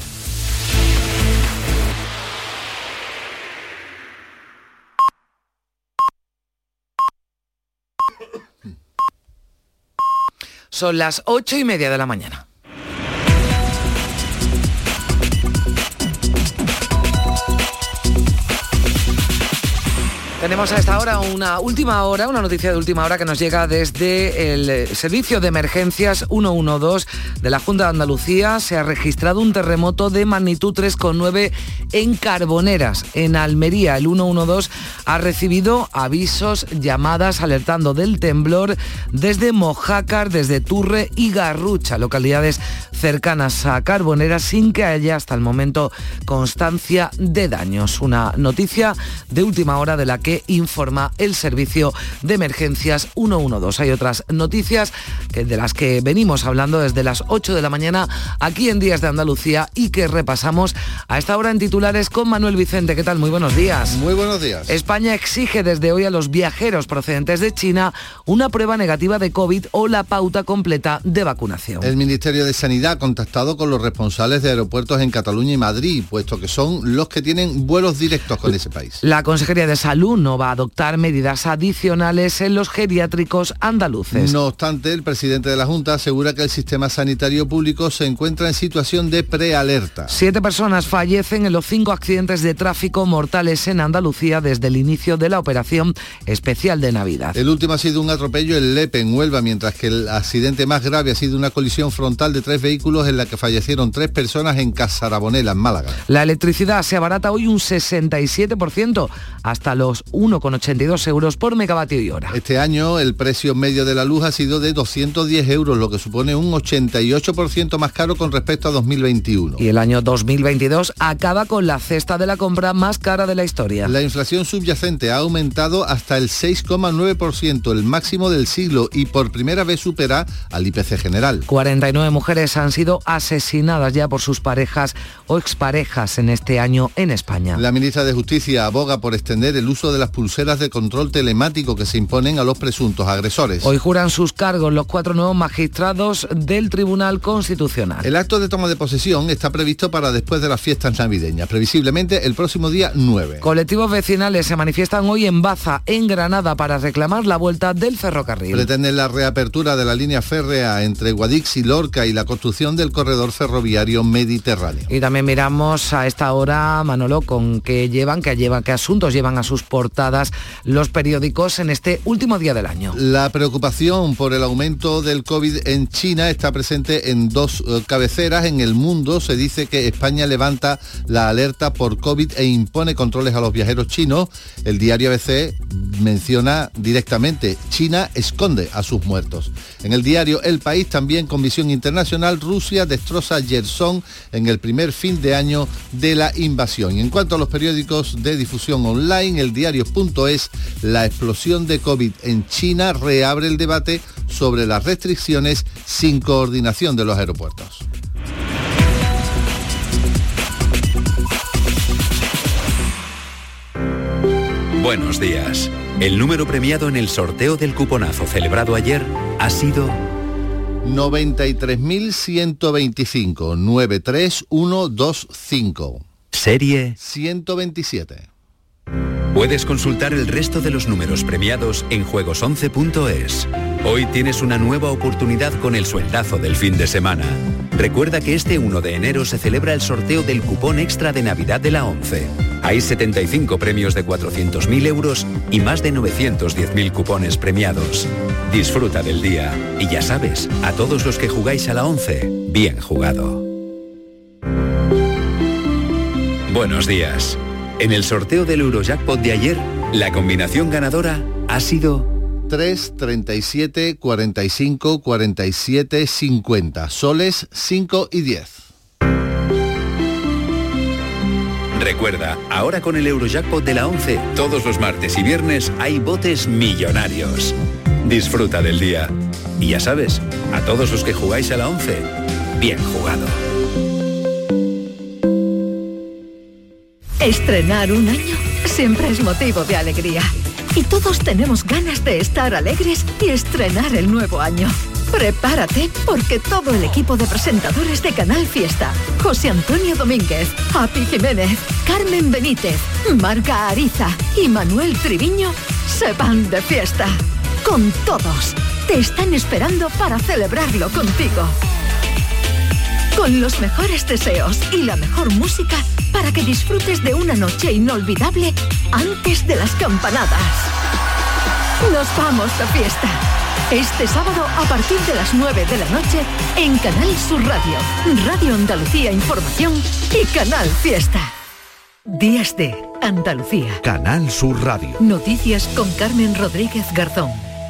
Speaker 1: Son las 8:30 de la mañana. Tenemos a esta hora una noticia de última hora que nos llega desde el Servicio de Emergencias 112 de la Junta de Andalucía. Se ha registrado un terremoto de magnitud 3,9 en Carboneras, en Almería. El 112 ha recibido avisos, llamadas alertando del temblor desde Mojácar, desde Turre y Garrucha, localidades cercanas a Carboneras, sin que haya hasta el momento constancia de daños. Una noticia de última hora de la que informa el Servicio de Emergencias 112. Hay otras noticias de las que venimos hablando desde las 8 de la mañana aquí en Días de Andalucía y que repasamos a esta hora en titulares con Manuel Vicente. ¿Qué tal? Muy buenos días.
Speaker 10: Muy buenos días.
Speaker 1: España exige desde hoy a los viajeros procedentes de China una prueba negativa de COVID o la pauta completa de vacunación.
Speaker 10: El Ministerio de Sanidad ha contactado con los responsables de aeropuertos en Cataluña y Madrid, puesto que son los que tienen vuelos directos con ese país.
Speaker 1: La Consejería de Salud no va a adoptar medidas adicionales en los geriátricos andaluces.
Speaker 10: No obstante, el presidente de la Junta asegura que el sistema sanitario público se encuentra en situación de prealerta.
Speaker 1: 7 personas fallecen en los 5 accidentes de tráfico mortales en Andalucía desde el inicio de la operación especial de Navidad.
Speaker 10: El último ha sido un atropello en Lepe, en Huelva, mientras que el accidente más grave ha sido una colisión frontal de 3 vehículos en la que fallecieron 3 personas en Casarabonela, en Málaga.
Speaker 1: La electricidad se abarata hoy un 67%, hasta los 1,82 euros por megavatio y hora.
Speaker 10: Este año el precio medio de la luz ha sido de 210 euros, lo que supone un 88% más caro con respecto a 2021.
Speaker 1: Y el año 2022 acaba con la cesta de la compra más cara de la historia.
Speaker 10: La inflación subyacente ha aumentado hasta el 6,9%, el máximo del siglo, y por primera vez supera al IPC general.
Speaker 1: 49 mujeres han sido asesinadas ya por sus parejas o exparejas en este año en España.
Speaker 10: La ministra de Justicia aboga por extender el uso de las pulseras de control telemático que se imponen a los presuntos agresores.
Speaker 1: Hoy juran sus cargos los 4 nuevos magistrados del Tribunal Constitucional.
Speaker 10: El acto de toma de posesión está previsto para después de las fiestas navideñas, previsiblemente el próximo día 9.
Speaker 1: Colectivos vecinales se manifiestan hoy en Baza, en Granada, para reclamar la vuelta del ferrocarril.
Speaker 10: Pretenden la reapertura de la línea férrea entre Guadix y Lorca y la construcción del corredor ferroviario mediterráneo.
Speaker 1: Y también miramos a esta hora, Manolo, con qué asuntos llevan a sus portadas los periódicos en este último día del año.
Speaker 10: La preocupación por el aumento del COVID en China está presente en 2 cabeceras. En El Mundo se dice que España levanta la alerta por COVID e impone controles a los viajeros chinos. El diario ABC menciona directamente: China esconde a sus muertos. En el diario El País, también con visión internacional, Rusia destroza Yersón en el primer fin de año de la invasión. Y en cuanto a los periódicos de difusión online, el diario.es, la explosión de COVID en China reabre el debate sobre las restricciones sin coordinación de los aeropuertos.
Speaker 13: Buenos días. El número premiado en el sorteo del cuponazo celebrado ayer ha sido
Speaker 10: 93.125 93125.
Speaker 13: Serie
Speaker 10: 127.
Speaker 13: Puedes consultar el resto de los números premiados en juegos11.es. Hoy tienes una nueva oportunidad con el sueldazo del fin de semana. Recuerda que este 1 de enero se celebra el sorteo del cupón extra de Navidad de la 11. Hay 75 premios de 400.000 euros y más de 910.000 cupones premiados. Disfruta del día. Y ya sabes, a todos los que jugáis a la 11, bien jugado. Buenos días. En el sorteo del Eurojackpot de ayer, la combinación ganadora ha sido
Speaker 10: 3, 37, 45, 47, 50. Soles 5 y 10.
Speaker 13: Recuerda, ahora con el Eurojackpot de la 11, todos los martes y viernes hay botes millonarios. Disfruta del día. Y ya sabes, a todos los que jugáis a la 11, bien jugado.
Speaker 2: Estrenar un año siempre es motivo de alegría. Y todos tenemos ganas de estar alegres y estrenar el nuevo año. Prepárate porque todo el equipo de presentadores de Canal Fiesta, José Antonio Domínguez, Api Jiménez, Carmen Benítez, Marga Ariza y Manuel Triviño se van de fiesta. Con todos. Te están esperando para celebrarlo contigo. Con los mejores deseos y la mejor música para que disfrutes de una noche inolvidable antes de las campanadas. Nos vamos de fiesta. Este sábado a partir de las 9 de la noche en Canal Sur Radio, Radio Andalucía Información y Canal Fiesta. Días de Andalucía.
Speaker 3: Canal Sur Radio.
Speaker 2: Noticias con Carmen Rodríguez Garzón.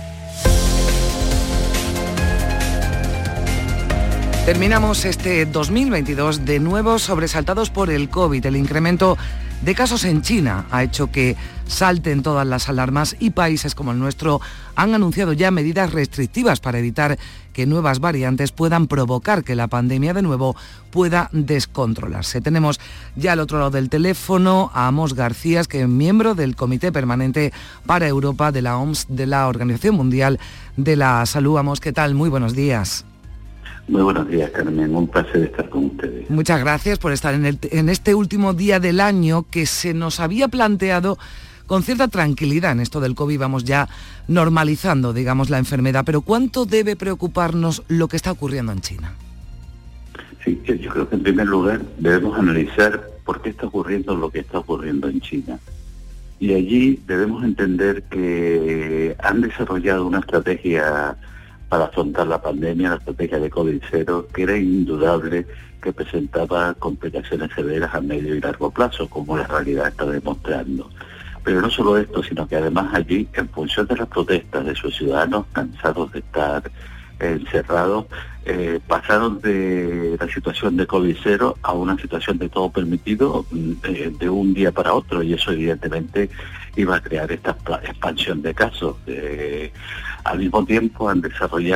Speaker 1: Terminamos este 2022 de nuevo sobresaltados por el COVID. El incremento de casos en China ha hecho que salten todas las alarmas y países como el nuestro han anunciado ya medidas restrictivas para evitar que nuevas variantes puedan provocar que la pandemia de nuevo pueda descontrolarse. Tenemos ya al otro lado del teléfono a Amos García, que es miembro del Comité Permanente para Europa de la OMS, de la Organización Mundial de la Salud. Amos, ¿qué tal? Muy buenos días.
Speaker 6: Muy buenos días, Carmen. Un placer estar con ustedes.
Speaker 1: Muchas gracias por estar en este último día del año que se nos había planteado con cierta tranquilidad. En esto del COVID vamos ya normalizando, digamos, la enfermedad. Pero ¿cuánto debe preocuparnos lo que está ocurriendo en China?
Speaker 6: Sí, yo creo que en primer lugar debemos analizar por qué está ocurriendo lo que está ocurriendo en China. Y allí debemos entender que han desarrollado una estrategia para afrontar la pandemia, la estrategia de COVID-0, que era indudable que presentaba complicaciones severas a medio y largo plazo, como la realidad está demostrando. Pero no solo esto, sino que además allí, en función de las protestas de sus ciudadanos, cansados de estar encerrados, pasaron de la situación de COVID-0 a una situación de todo permitido de un día para otro, y eso evidentemente iba a crear esta expansión de casos. Al mismo tiempo han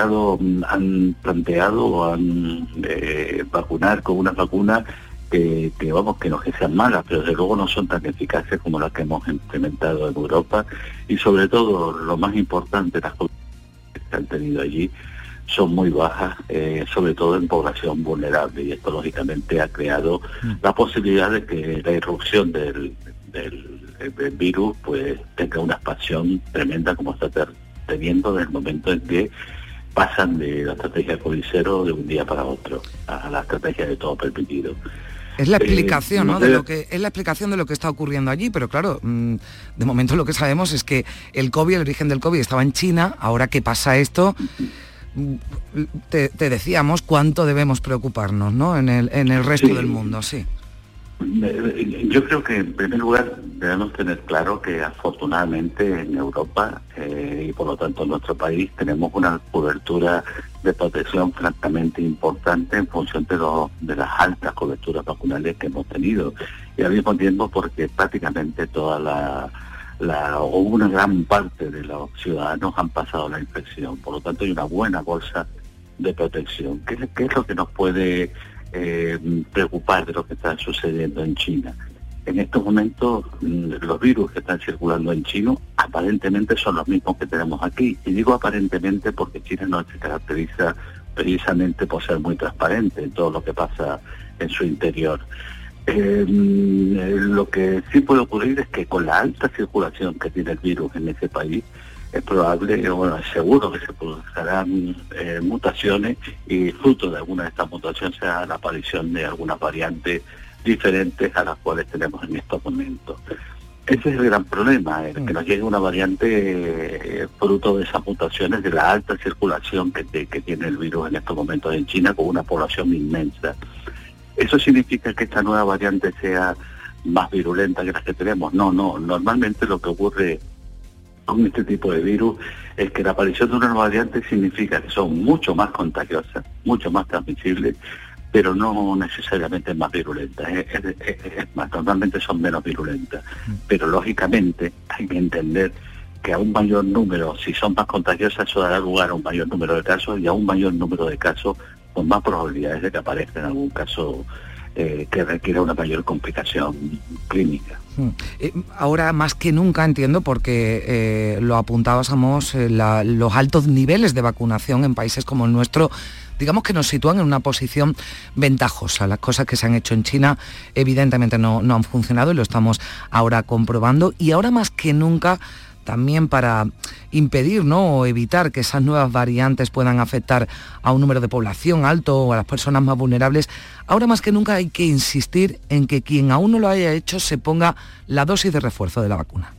Speaker 6: planteado o han vacunar con unas vacunas que no que sean malas, pero desde luego no son tan eficaces como las que hemos implementado en Europa, y sobre todo, lo más importante, las que han tenido allí son muy bajas, sobre todo en población vulnerable, y esto lógicamente ha creado la posibilidad de que la irrupción del virus pues tenga una expansión tremenda como está teniendo desde el momento en que pasan de la estrategia COVID-0 de un día para otro a la estrategia de todo permitido.
Speaker 1: Es la explicación, ¿no? Es la explicación de lo que está ocurriendo allí, pero claro, de momento lo que sabemos es que el origen del COVID estaba en China. Ahora que pasa esto, te decíamos cuánto debemos preocuparnos, ¿no? En el resto del mundo, sí.
Speaker 6: Yo creo que en primer lugar debemos tener claro que afortunadamente en Europa y por lo tanto en nuestro país tenemos una cobertura de protección francamente importante en función de las altas coberturas vacunales que hemos tenido, y al mismo tiempo porque prácticamente o una gran parte de los ciudadanos han pasado la infección, por lo tanto hay una buena bolsa de protección. ¿Qué es lo que nos puede preocupar de lo que está sucediendo en China? En estos momentos los virus que están circulando en China aparentemente son los mismos que tenemos aquí, y digo aparentemente porque China no se caracteriza precisamente por ser muy transparente en todo lo que pasa en su interior. Lo que sí puede ocurrir es que con la alta circulación que tiene el virus en ese país, es probable, bueno, es seguro que se producirán mutaciones, y fruto de alguna de estas mutaciones sea la aparición de algunas variantes diferentes a las cuales tenemos en estos momentos. Ese es el gran problema, que nos llegue una variante fruto de esas mutaciones, de la alta circulación que tiene el virus en estos momentos en China, con una población inmensa. ¿Eso significa que esta nueva variante sea más virulenta que las que tenemos? No, normalmente lo que ocurre con este tipo de virus es que la aparición de una nueva variante significa que son mucho más contagiosas, mucho más transmisibles, pero no necesariamente más virulentas. Es más, normalmente son menos virulentas. Pero lógicamente hay que entender que a un mayor número, si son más contagiosas, eso dará lugar a un mayor número de casos, y a un mayor número de casos, con más probabilidades de que aparezca en algún caso que requiera una mayor complicación clínica.
Speaker 1: Ahora más que nunca entiendo, porque lo apuntabas, Amos, los altos niveles de vacunación en países como el nuestro, digamos que nos sitúan en una posición ventajosa. Las cosas que se han hecho en China evidentemente no han funcionado, y lo estamos ahora comprobando, y ahora más que nunca también para impedir, ¿no?, o evitar que esas nuevas variantes puedan afectar a un número de población alto o a las personas más vulnerables, ahora más que nunca hay que insistir en que quien aún no lo haya hecho se ponga la dosis de refuerzo de la vacuna.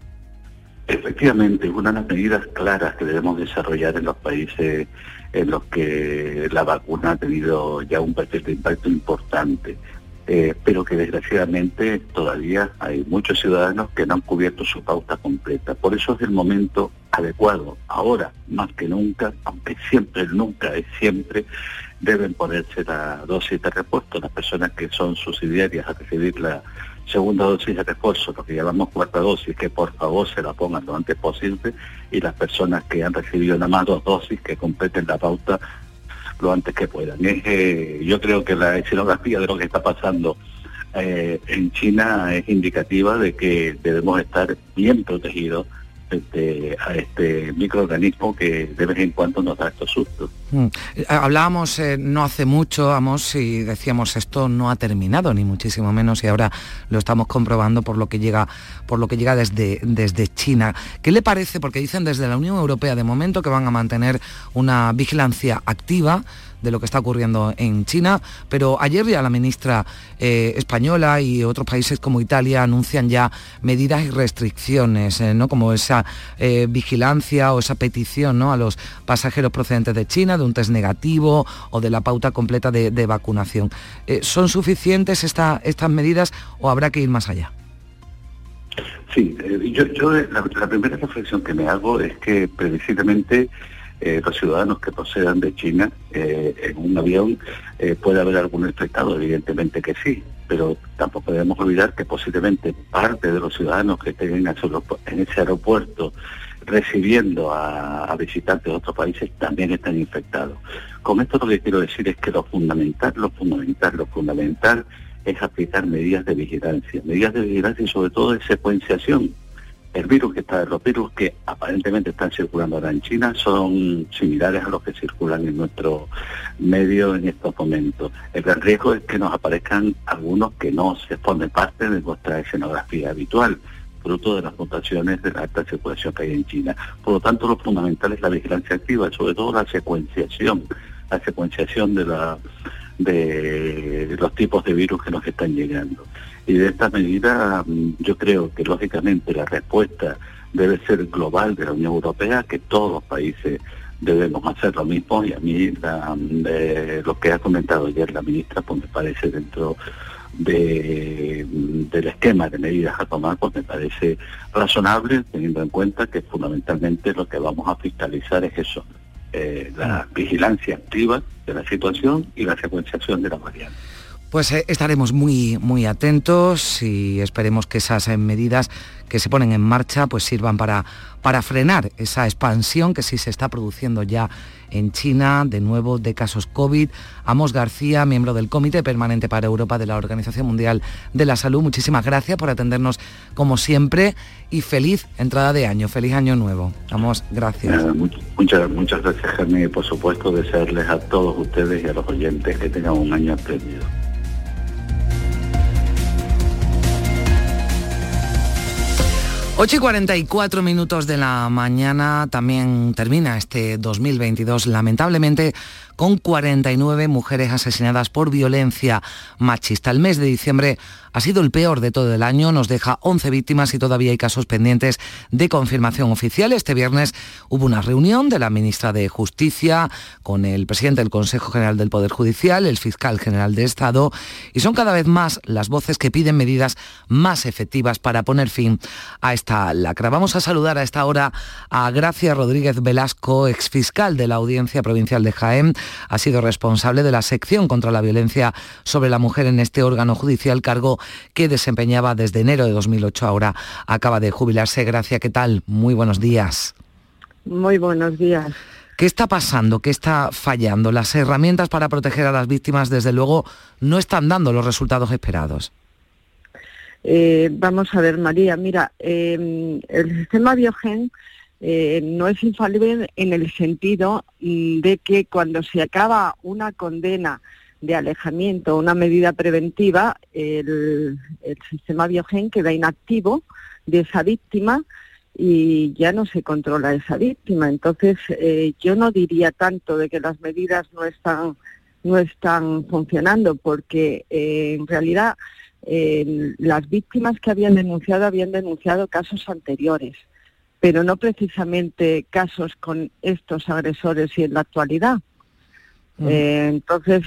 Speaker 6: Efectivamente, una de las medidas claras que debemos desarrollar en los países en los que la vacuna ha tenido ya un perfil de impacto importante, pero que desgraciadamente todavía hay muchos ciudadanos que no han cubierto su pauta completa. Por eso es el momento adecuado, ahora más que nunca, aunque siempre, el nunca es siempre, deben ponerse la dosis de refuerzo. Las personas que son subsidiarias a recibir la segunda dosis de refuerzo, lo que llamamos cuarta dosis, que por favor se la pongan lo antes posible, y las personas que han recibido nada más 2 dosis, que completen la pauta lo antes que puedan. Yo creo que la escenografía de lo que está pasando en China es indicativa de que debemos estar bien protegidos a este microorganismo que de vez en cuando nos da estos sustos.
Speaker 1: Hablábamos no hace mucho, Amos, y decíamos esto no ha terminado, ni muchísimo menos, y ahora lo estamos comprobando por lo que llega desde China. ¿Qué le parece? Porque dicen desde la Unión Europea de momento que van a mantener una vigilancia activa de lo que está ocurriendo en China, pero ayer ya la ministra española y otros países como Italia anuncian ya medidas y restricciones, ¿no?, como esa vigilancia o esa petición, ¿no?, a los pasajeros procedentes de China, de un test negativo o de la pauta completa de vacunación. ¿Son suficientes estas medidas o habrá que ir más allá?
Speaker 6: Sí, yo la primera reflexión que me hago es que previsiblemente los ciudadanos que procedan de China en un avión puede haber algún infectado, evidentemente que sí, pero tampoco debemos olvidar que posiblemente parte de los ciudadanos que estén en ese aeropuerto recibiendo a visitantes de otros países también están infectados. Con esto lo que quiero decir es que lo fundamental es aplicar medidas de vigilancia y sobre todo de secuenciación. Los virus que aparentemente están circulando ahora en China son similares a los que circulan en nuestro medio en estos momentos. El gran riesgo es que nos aparezcan algunos que no se formen parte de nuestra escenografía habitual, fruto de las mutaciones de la alta circulación que hay en China. Por lo tanto, lo fundamental es la vigilancia activa, sobre todo la secuenciación de los tipos de virus que nos están llegando. Y de esta medida yo creo que lógicamente la respuesta debe ser global de la Unión Europea, que todos los países debemos hacer lo mismo, y a mí lo que ha comentado ayer la ministra pues me parece dentro del esquema de medidas a tomar, pues me parece razonable, teniendo en cuenta que fundamentalmente lo que vamos a fiscalizar es eso, la vigilancia activa de la situación y la secuenciación de las variantes.
Speaker 1: Pues estaremos muy, muy atentos y esperemos que esas medidas que se ponen en marcha pues sirvan para frenar esa expansión que sí se está produciendo ya en China, de nuevo, de casos COVID. Amos García, miembro del Comité Permanente para Europa de la Organización Mundial de la Salud, muchísimas gracias por atendernos como siempre y feliz entrada de año, feliz año nuevo. Amos, gracias.
Speaker 6: Muchas gracias, Jaime, y por supuesto desearles a todos ustedes y a los oyentes que tengan un año espléndido.
Speaker 1: 8:44 de la mañana, también termina este 2022, lamentablemente, con 49 mujeres asesinadas por violencia machista. El mes de diciembre ha sido el peor de todo el año, nos deja 11 víctimas y todavía hay casos pendientes de confirmación oficial. Este viernes hubo una reunión de la ministra de Justicia con el presidente del Consejo General del Poder Judicial, el fiscal general de Estado, y son cada vez más las voces que piden medidas más efectivas para poner fin a esta lacra. Vamos a saludar a esta hora a Gracia Rodríguez Velasco, exfiscal de la Audiencia Provincial de Jaén. Ha sido responsable de la sección contra la violencia sobre la mujer en este órgano judicial, cargo que desempeñaba desde enero de 2008. Ahora acaba de jubilarse. Gracia, ¿qué tal? Muy buenos días.
Speaker 14: Muy buenos días.
Speaker 1: ¿Qué está pasando? ¿Qué está fallando? Las herramientas para proteger a las víctimas, desde luego, no están dando los resultados esperados.
Speaker 14: Vamos a ver, María, mira, el sistema Biogen no es infalible en el sentido de que cuando se acaba una condena de alejamiento, una medida preventiva, el sistema Biogen queda inactivo de esa víctima y ya no se controla esa víctima. Entonces, yo no diría tanto de que las medidas no están funcionando, porque en realidad las víctimas que habían denunciado casos anteriores, pero no precisamente casos con estos agresores y en la actualidad. Entonces,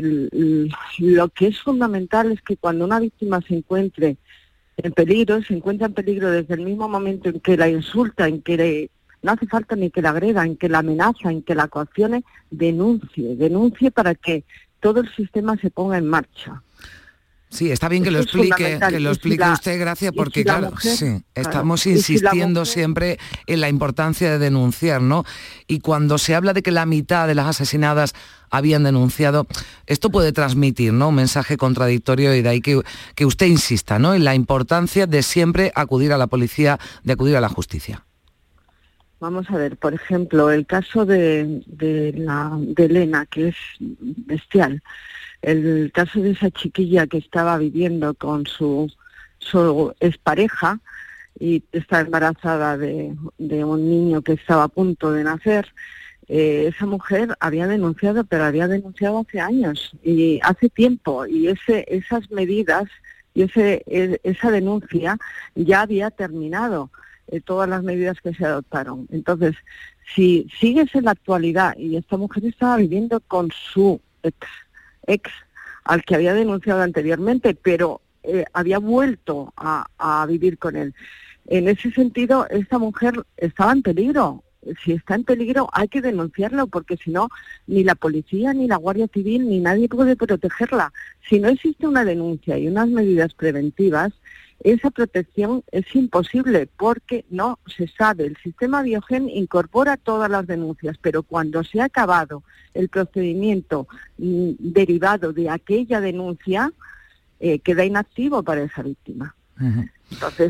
Speaker 14: lo que es fundamental es que cuando una víctima se encuentra en peligro desde el mismo momento en que la insulta, en que no hace falta ni que la agreda, en que la amenaza, en que la coaccione, denuncie para que todo el sistema se ponga en marcha.
Speaker 1: Sí, está bien que lo explique usted, Gracia, porque claro, sí, estamos insistiendo siempre en la importancia de denunciar, ¿no? Y cuando se habla de que la mitad de las asesinadas habían denunciado, esto puede transmitir, ¿no?, un mensaje contradictorio, y de ahí que usted insista, ¿no?, en la importancia de siempre acudir a la policía, de acudir a la justicia.
Speaker 14: Vamos a ver, por ejemplo, el caso de Elena, que es bestial. El caso de esa chiquilla que estaba viviendo con su expareja y está embarazada de un niño que estaba a punto de nacer. Esa mujer había denunciado, pero había denunciado hace años y hace tiempo, y esas medidas y esa denuncia ya había terminado, todas las medidas que se adoptaron. Entonces, si sigues en la actualidad, y esta mujer estaba viviendo con su ex al que había denunciado anteriormente, pero había vuelto a vivir con él. En ese sentido, esta mujer estaba en peligro. Si está en peligro hay que denunciarlo, porque si no, ni la policía, ni la Guardia Civil, ni nadie puede protegerla. Si no existe una denuncia y unas medidas preventivas, esa protección es imposible, porque no se sabe. El sistema Biogen incorpora todas las denuncias, pero cuando se ha acabado el procedimiento derivado de aquella denuncia, queda inactivo para esa víctima. Uh-huh. Entonces,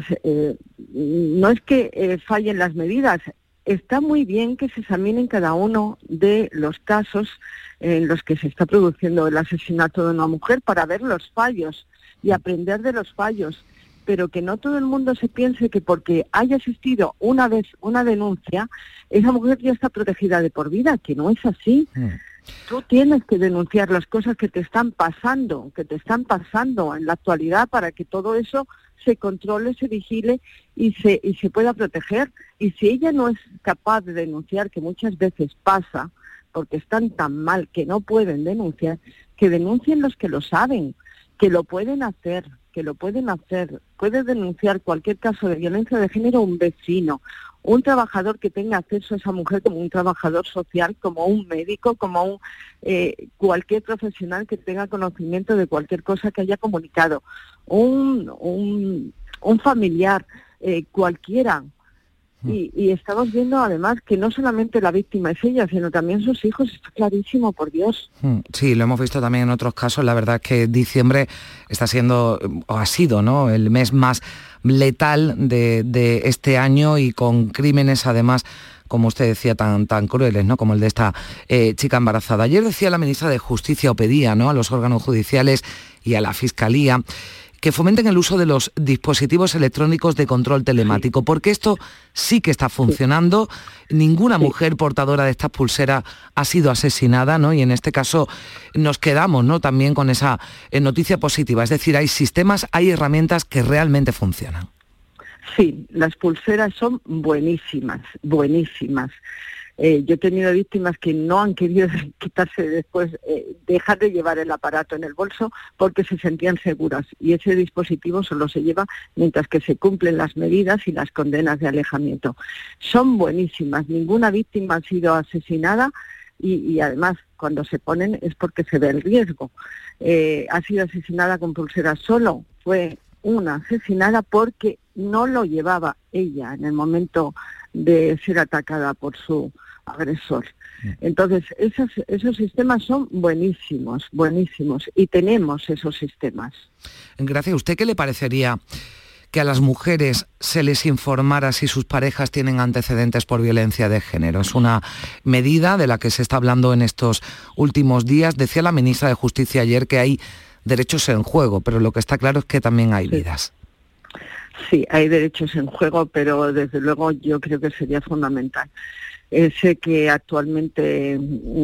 Speaker 14: no es que fallen las medidas. Está muy bien que se examinen cada uno de los casos en los que se está produciendo el asesinato de una mujer para ver los fallos y aprender de los fallos, pero que no todo el mundo se piense que porque haya existido una vez una denuncia, esa mujer ya está protegida de por vida, que no es así. Tú tienes que denunciar las cosas que te están pasando en la actualidad, para que todo eso se controle, se vigile y se pueda proteger. Y si ella no es capaz de denunciar, que muchas veces pasa, porque están tan mal que no pueden denunciar, que denuncien los que lo saben, que lo pueden hacer. Puede denunciar cualquier caso de violencia de género un vecino, un trabajador que tenga acceso a esa mujer, como un trabajador social, como un médico, como cualquier profesional que tenga conocimiento de cualquier cosa que haya comunicado, un familiar, cualquiera. Y estamos viendo además que no solamente la víctima es ella, sino también sus hijos. Está clarísimo, por Dios.
Speaker 1: Sí, lo hemos visto también en otros casos. La verdad es que diciembre está siendo, o ha sido, ¿no?, el mes más letal de este año, y con crímenes además, como usted decía, tan crueles, ¿no?, como el de esta chica embarazada. Ayer decía la ministra de Justicia, o pedía, ¿no?, a los órganos judiciales y a la Fiscalía, que fomenten el uso de los dispositivos electrónicos de control telemático, porque esto sí que está funcionando. Ninguna mujer portadora de estas pulseras ha sido asesinada, ¿no? Y en este caso nos quedamos, ¿no?, también con esa noticia positiva. Es decir, hay sistemas, hay herramientas que realmente funcionan.
Speaker 14: Sí, las pulseras son buenísimas, buenísimas. Yo he tenido víctimas que no han querido quitarse después, dejar de llevar el aparato en el bolso porque se sentían seguras, y ese dispositivo solo se lleva mientras que se cumplen las medidas y las condenas de alejamiento. Son buenísimas, ninguna víctima ha sido asesinada y además cuando se ponen es porque se ve el riesgo. Ha sido asesinada con pulseras solo, fue una asesinada porque no lo llevaba ella en el momento de ser atacada por su agresor. Entonces, esos sistemas son buenísimos, buenísimos, y tenemos esos sistemas.
Speaker 1: Gracias. ¿Usted qué le parecería que a las mujeres se les informara si sus parejas tienen antecedentes por violencia de género? Es una medida de la que se está hablando en estos últimos días. Decía la ministra de Justicia ayer que hay derechos en juego, pero lo que está claro es que también hay vidas.
Speaker 14: Sí, hay derechos en juego, pero desde luego yo creo que sería fundamental. Sé que actualmente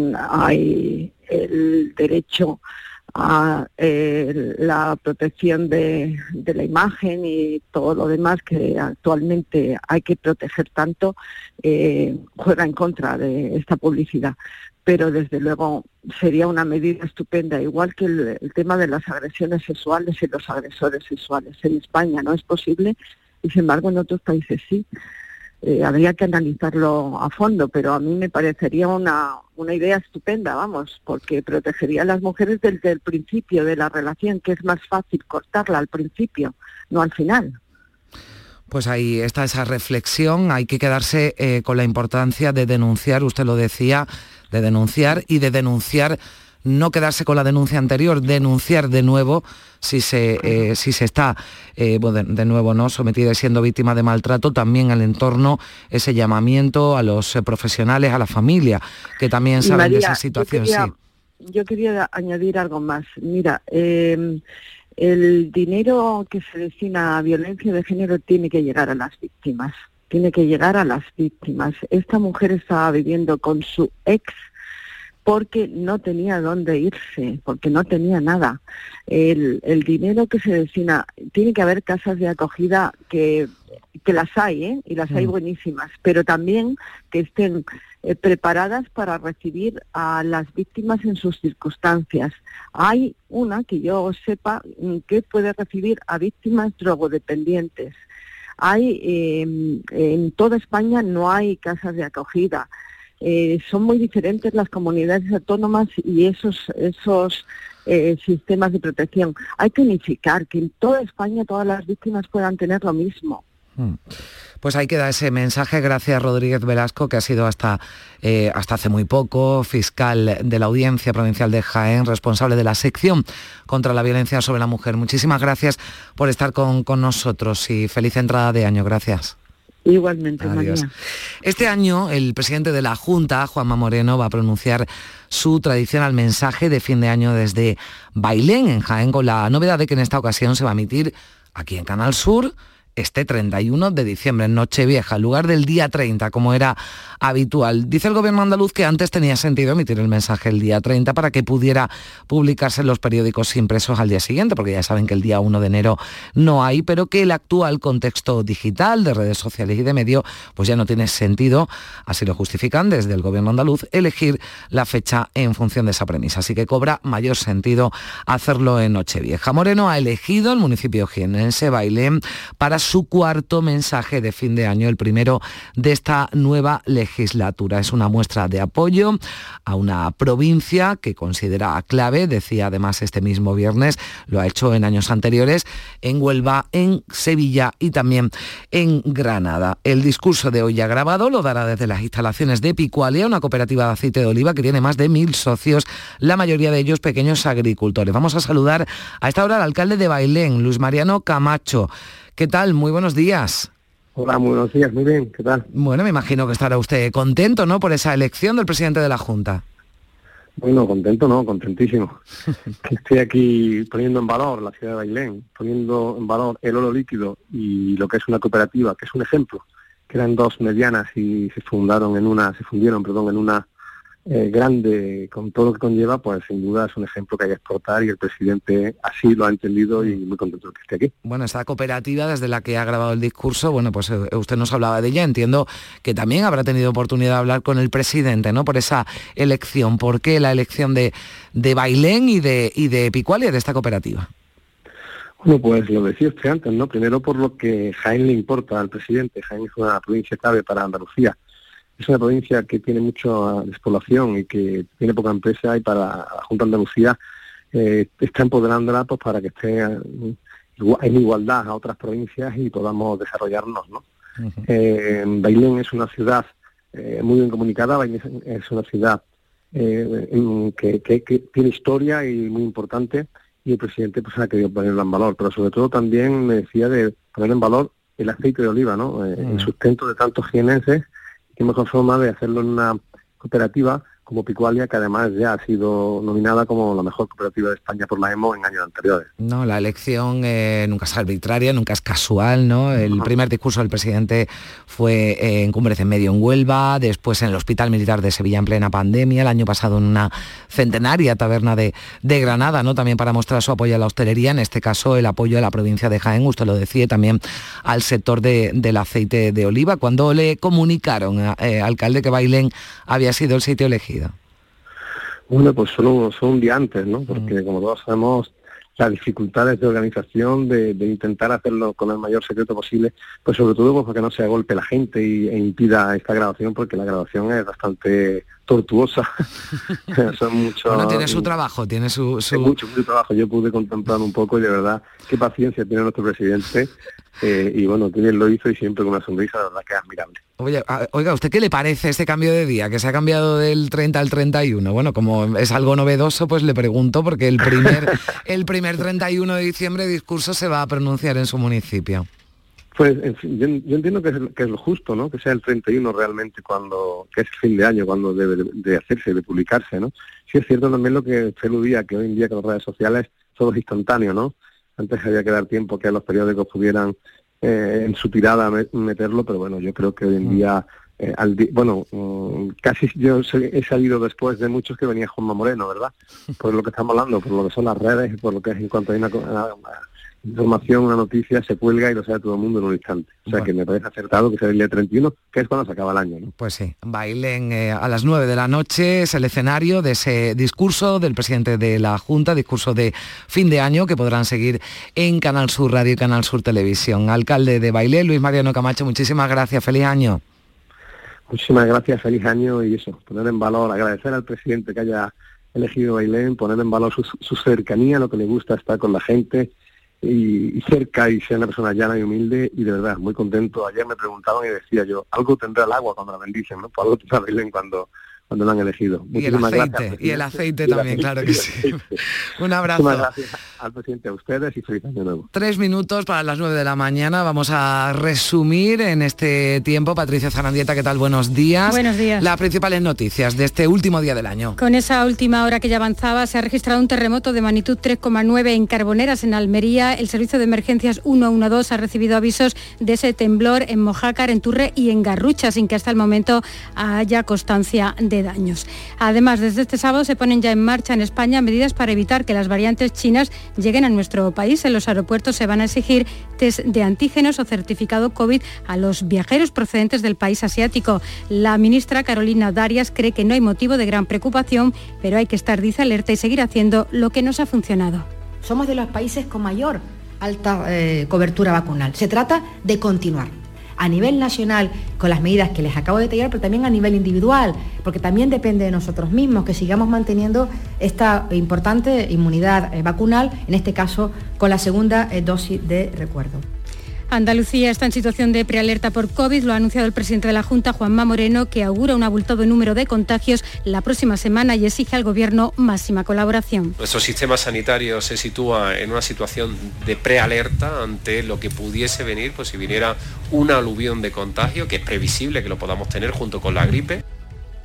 Speaker 14: hay el derecho a la protección de la imagen y todo lo demás que actualmente hay que proteger tanto, juega en contra de esta publicidad. Pero desde luego sería una medida estupenda, igual que el tema de las agresiones sexuales y los agresores sexuales. En España no es posible y sin embargo en otros países sí. Habría que analizarlo a fondo, pero a mí me parecería una idea estupenda, vamos, porque protegería a las mujeres desde el principio de la relación, que es más fácil cortarla al principio, no al final.
Speaker 1: Pues ahí está esa reflexión, hay que quedarse con la importancia de denunciar, usted lo decía, de denunciar y de denunciar, no quedarse con la denuncia anterior, denunciar de nuevo si se está de nuevo, ¿no?, sometida y siendo víctima de maltrato, también al entorno, ese llamamiento a los profesionales, a la familia, que también saben María, de esa situación.
Speaker 14: Yo quería añadir algo más. Mira, el dinero que se destina a violencia de género tiene que llegar a las víctimas, Esta mujer estaba viviendo con su ex porque no tenía dónde irse, porque no tenía nada. El dinero que se destina, tiene que haber casas de acogida que las hay, y las hay buenísimas, pero también que estén preparadas para recibir a las víctimas en sus circunstancias. Hay una que yo sepa que puede recibir a víctimas drogodependientes. En toda España no hay casas de acogida. Son muy diferentes las comunidades autónomas y esos sistemas de protección. Hay que unificar, que en toda España todas las víctimas puedan tener lo mismo.
Speaker 1: Pues ahí queda ese mensaje. Gracias, Rodríguez Velasco, que ha sido hasta hace muy poco fiscal de la Audiencia Provincial de Jaén, responsable de la sección contra la violencia sobre la mujer. Muchísimas gracias por estar con nosotros y feliz entrada de año. Gracias.
Speaker 14: Igualmente,
Speaker 1: Adiós.
Speaker 14: María.
Speaker 1: Este año el presidente de la Junta, Juanma Moreno, va a pronunciar su tradicional mensaje de fin de año desde Bailén, en Jaén, con la novedad de que en esta ocasión se va a emitir aquí en Canal Sur este 31 de diciembre, en Nochevieja, en lugar del día 30, como era habitual. Dice el gobierno andaluz que antes tenía sentido emitir el mensaje el día 30 para que pudiera publicarse en los periódicos impresos al día siguiente, porque ya saben que el día 1 de enero no hay, pero que el actual contexto digital de redes sociales y de medio pues ya no tiene sentido, así lo justifican desde el gobierno andaluz, elegir la fecha en función de esa premisa. Así que cobra mayor sentido hacerlo en Nochevieja. Moreno ha elegido el municipio jienense Bailén para su cuarto mensaje de fin de año, el primero de esta nueva legislatura. Es una muestra de apoyo a una provincia que considera clave, decía además este mismo viernes, lo ha hecho en años anteriores, en Huelva, en Sevilla y también en Granada. El discurso de hoy ya grabado lo dará desde las instalaciones de Picualia, una cooperativa de aceite de oliva que tiene más de 1.000 socios, la mayoría de ellos pequeños agricultores. Vamos a saludar a esta hora al alcalde de Bailén, Luis Mariano Camacho. ¿Qué tal? Muy buenos días.
Speaker 15: Hola, muy buenos días, muy bien, ¿qué tal?
Speaker 1: Bueno, me imagino que estará usted contento, ¿no?, por esa elección del presidente de la Junta.
Speaker 15: Bueno, contento no, contentísimo. Estoy aquí poniendo en valor la ciudad de Bailén, poniendo en valor el oro líquido y lo que es una cooperativa, que es un ejemplo, que eran dos medianas y se fundieron en una grande, con todo lo que conlleva, pues sin duda es un ejemplo que hay que exportar y el presidente así lo ha entendido y muy contento de que esté aquí.
Speaker 1: Bueno, esta cooperativa desde la que ha grabado el discurso, bueno, pues usted nos hablaba de ella, entiendo que también habrá tenido oportunidad de hablar con el presidente, ¿no?, por esa elección. ¿Por qué la elección de Bailén y de Picualia, de esta cooperativa?
Speaker 15: Bueno, pues lo decía usted antes, ¿no? Primero por lo que Jaén le importa al presidente. Jaén es una provincia clave para Andalucía. Es una provincia que tiene mucha despoblación y que tiene poca empresa, y para la Junta de Andalucía está empoderándola pues para que esté en igualdad a otras provincias y podamos desarrollarnos, ¿no? Bailén es una ciudad muy bien comunicada. Bailén es una ciudad que tiene historia y muy importante, y el presidente pues ha querido ponerlo en valor, pero sobre todo también me decía de poner en valor el aceite de oliva, ¿no? El sustento de tantos jienenses. Qué mejor forma de hacerlo en una cooperativa como Picualia, que además ya ha sido nominada como la mejor cooperativa de España por la EMO en años anteriores. No, la elección nunca es arbitraria, nunca es casual, ¿no? El primer discurso del presidente fue en Cumbres en Medio en Huelva, después en el Hospital Militar de Sevilla en plena pandemia, el año pasado en una centenaria taberna de Granada, ¿no?, también para mostrar su apoyo a la hostelería, en este caso el apoyo a la provincia de Jaén, usted lo decía, también al sector del aceite de oliva. Cuando le comunicaron, alcalde, que Bailén había sido el sitio elegido? Bueno, pues solo un día antes, ¿no? Porque como todos sabemos, las dificultades de organización, de intentar hacerlo con el mayor secreto posible, pues sobre todo pues, para que no se agolpe la gente e impida esta grabación, porque la grabación es bastante tortuosa. Son muchos... Bueno, tiene su trabajo, tiene su... Mucho trabajo. Yo pude contemplar un poco y de verdad qué paciencia tiene nuestro presidente. Y bueno, que bien lo hizo y siempre con una sonrisa, la verdad que es admirable. Oiga, ¿usted qué le parece este cambio de día, que se ha cambiado del 30 al 31? Bueno, como es algo novedoso, pues le pregunto, porque el primer 31 de diciembre discurso se va a pronunciar en su municipio. Pues en fin, yo entiendo que es lo justo, ¿no? Que sea el 31 realmente, que es el fin de año, cuando debe de hacerse, de publicarse, ¿no? Sí es cierto también lo que usted aludía, que hoy en día con las redes sociales todo es instantáneo, ¿no? Antes había que dar tiempo que los periódicos pudieran en su tirada meterlo, pero bueno, yo creo que hoy en día, casi yo he salido después de muchos que venía Juanma Moreno, ¿verdad? Por lo que estamos hablando, por lo que son las redes y por lo que es en cuanto hay una información, una noticia, se cuelga y lo sabe todo el mundo en un instante. O sea, que me parece acertado que sea el día 31, que es cuando se acaba el año, ¿no? Pues sí, Bailén a las 9 de la noche es el escenario de ese discurso del presidente de la Junta, discurso de fin de año, que podrán seguir en Canal Sur Radio y Canal Sur Televisión. Alcalde de Bailén, Luis Mariano Camacho, muchísimas gracias, feliz año. Muchísimas gracias, feliz año, y eso, poner en valor, agradecer al presidente que haya elegido Bailén, poner en valor su cercanía, lo que le gusta estar con la gente, y cerca, y ser una persona llana y humilde, y de verdad muy contento. Ayer me preguntaban y decía yo, algo tendrá el agua cuando la bendicen, ¿no? Pues algo tendrá Bailén cuando lo han elegido. Y el aceite también, claro que sí. Un abrazo. Muchísimas gracias al presidente, a ustedes, y feliz año nuevo. 3 minutos para las 9 de la mañana. Vamos a resumir en este tiempo. Patricia Zarandieta, ¿qué tal? Buenos días.
Speaker 12: Buenos días.
Speaker 1: Las principales noticias de este último día del año.
Speaker 12: Con esa última hora que ya avanzaba, se ha registrado un terremoto de magnitud 3,9 en Carboneras, en Almería. El servicio de emergencias 112 ha recibido avisos de ese temblor en Mojácar, en Turre y en Garrucha, sin que hasta el momento haya constancia de daños. Además, desde este sábado se ponen ya en marcha en España medidas para evitar que las variantes chinas lleguen a nuestro país. En los aeropuertos se van a exigir test de antígenos o certificado COVID a los viajeros procedentes del país asiático. La ministra Carolina Darias cree que no hay motivo de gran preocupación, pero hay que estar, dice, alerta y seguir haciendo lo que nos ha funcionado.
Speaker 16: Somos de los países con mayor alta cobertura vacunal. Se trata de continuar a nivel nacional con las medidas que les acabo de detallar, pero también a nivel individual, porque también depende de nosotros mismos que sigamos manteniendo esta importante inmunidad vacunal, en este caso con la segunda dosis de recuerdo.
Speaker 12: Andalucía está en situación de prealerta por COVID, lo ha anunciado el presidente de la Junta, Juanma Moreno, que augura un abultado número de contagios la próxima semana y exige al Gobierno máxima colaboración.
Speaker 17: Nuestro sistema sanitario se sitúa en una situación de prealerta ante lo que pudiese venir, pues si viniera una aluvión de contagio, que es previsible que lo podamos tener junto con la gripe.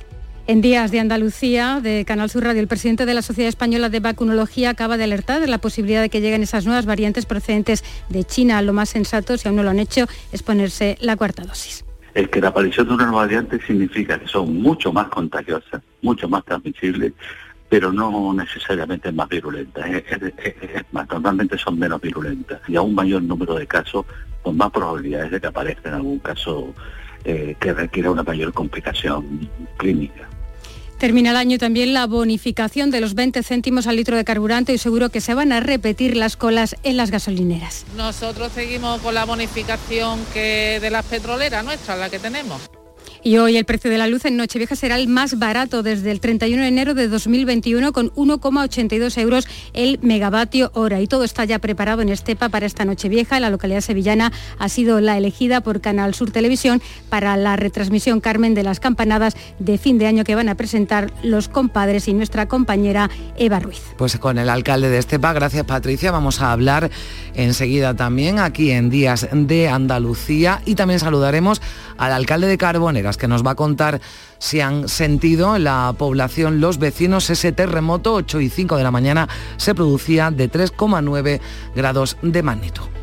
Speaker 12: En Días de Andalucía, de Canal Sur Radio, el presidente de la Sociedad Española de Vacunología acaba de alertar de la posibilidad de que lleguen esas nuevas variantes procedentes de China. Lo más sensato, si aún no lo han hecho, es ponerse la cuarta dosis.
Speaker 6: El que la aparición de una nueva variante significa que son mucho más contagiosas, mucho más transmisibles, pero no necesariamente más virulentas. Es más, normalmente son menos virulentas. Y a un mayor número de casos, con más probabilidades de que aparezca en algún caso que requiera una mayor complicación clínica.
Speaker 12: Termina el año también la bonificación de los 20 céntimos al litro de carburante y seguro que se van a repetir las colas en las gasolineras.
Speaker 11: Nosotros seguimos con la bonificación que de las petroleras nuestras, la que tenemos.
Speaker 12: Y hoy el precio de la luz en Nochevieja será el más barato desde el 31 de enero de 2021 con 1,82 euros el megavatio hora. Y todo está ya preparado en Estepa para esta Nochevieja. La localidad sevillana ha sido la elegida por Canal Sur Televisión para la retransmisión, Carmen, de las campanadas de fin de año que van a presentar los compadres y nuestra compañera Eva Ruiz.
Speaker 1: Pues con el alcalde de Estepa, gracias Patricia, vamos a hablar enseguida también aquí en Días de Andalucía y también saludaremos al alcalde de Carboneras, que nos va a contar si han sentido en la población los vecinos ese terremoto. 8:05 de la mañana se producía de 3,9 grados de magnitud.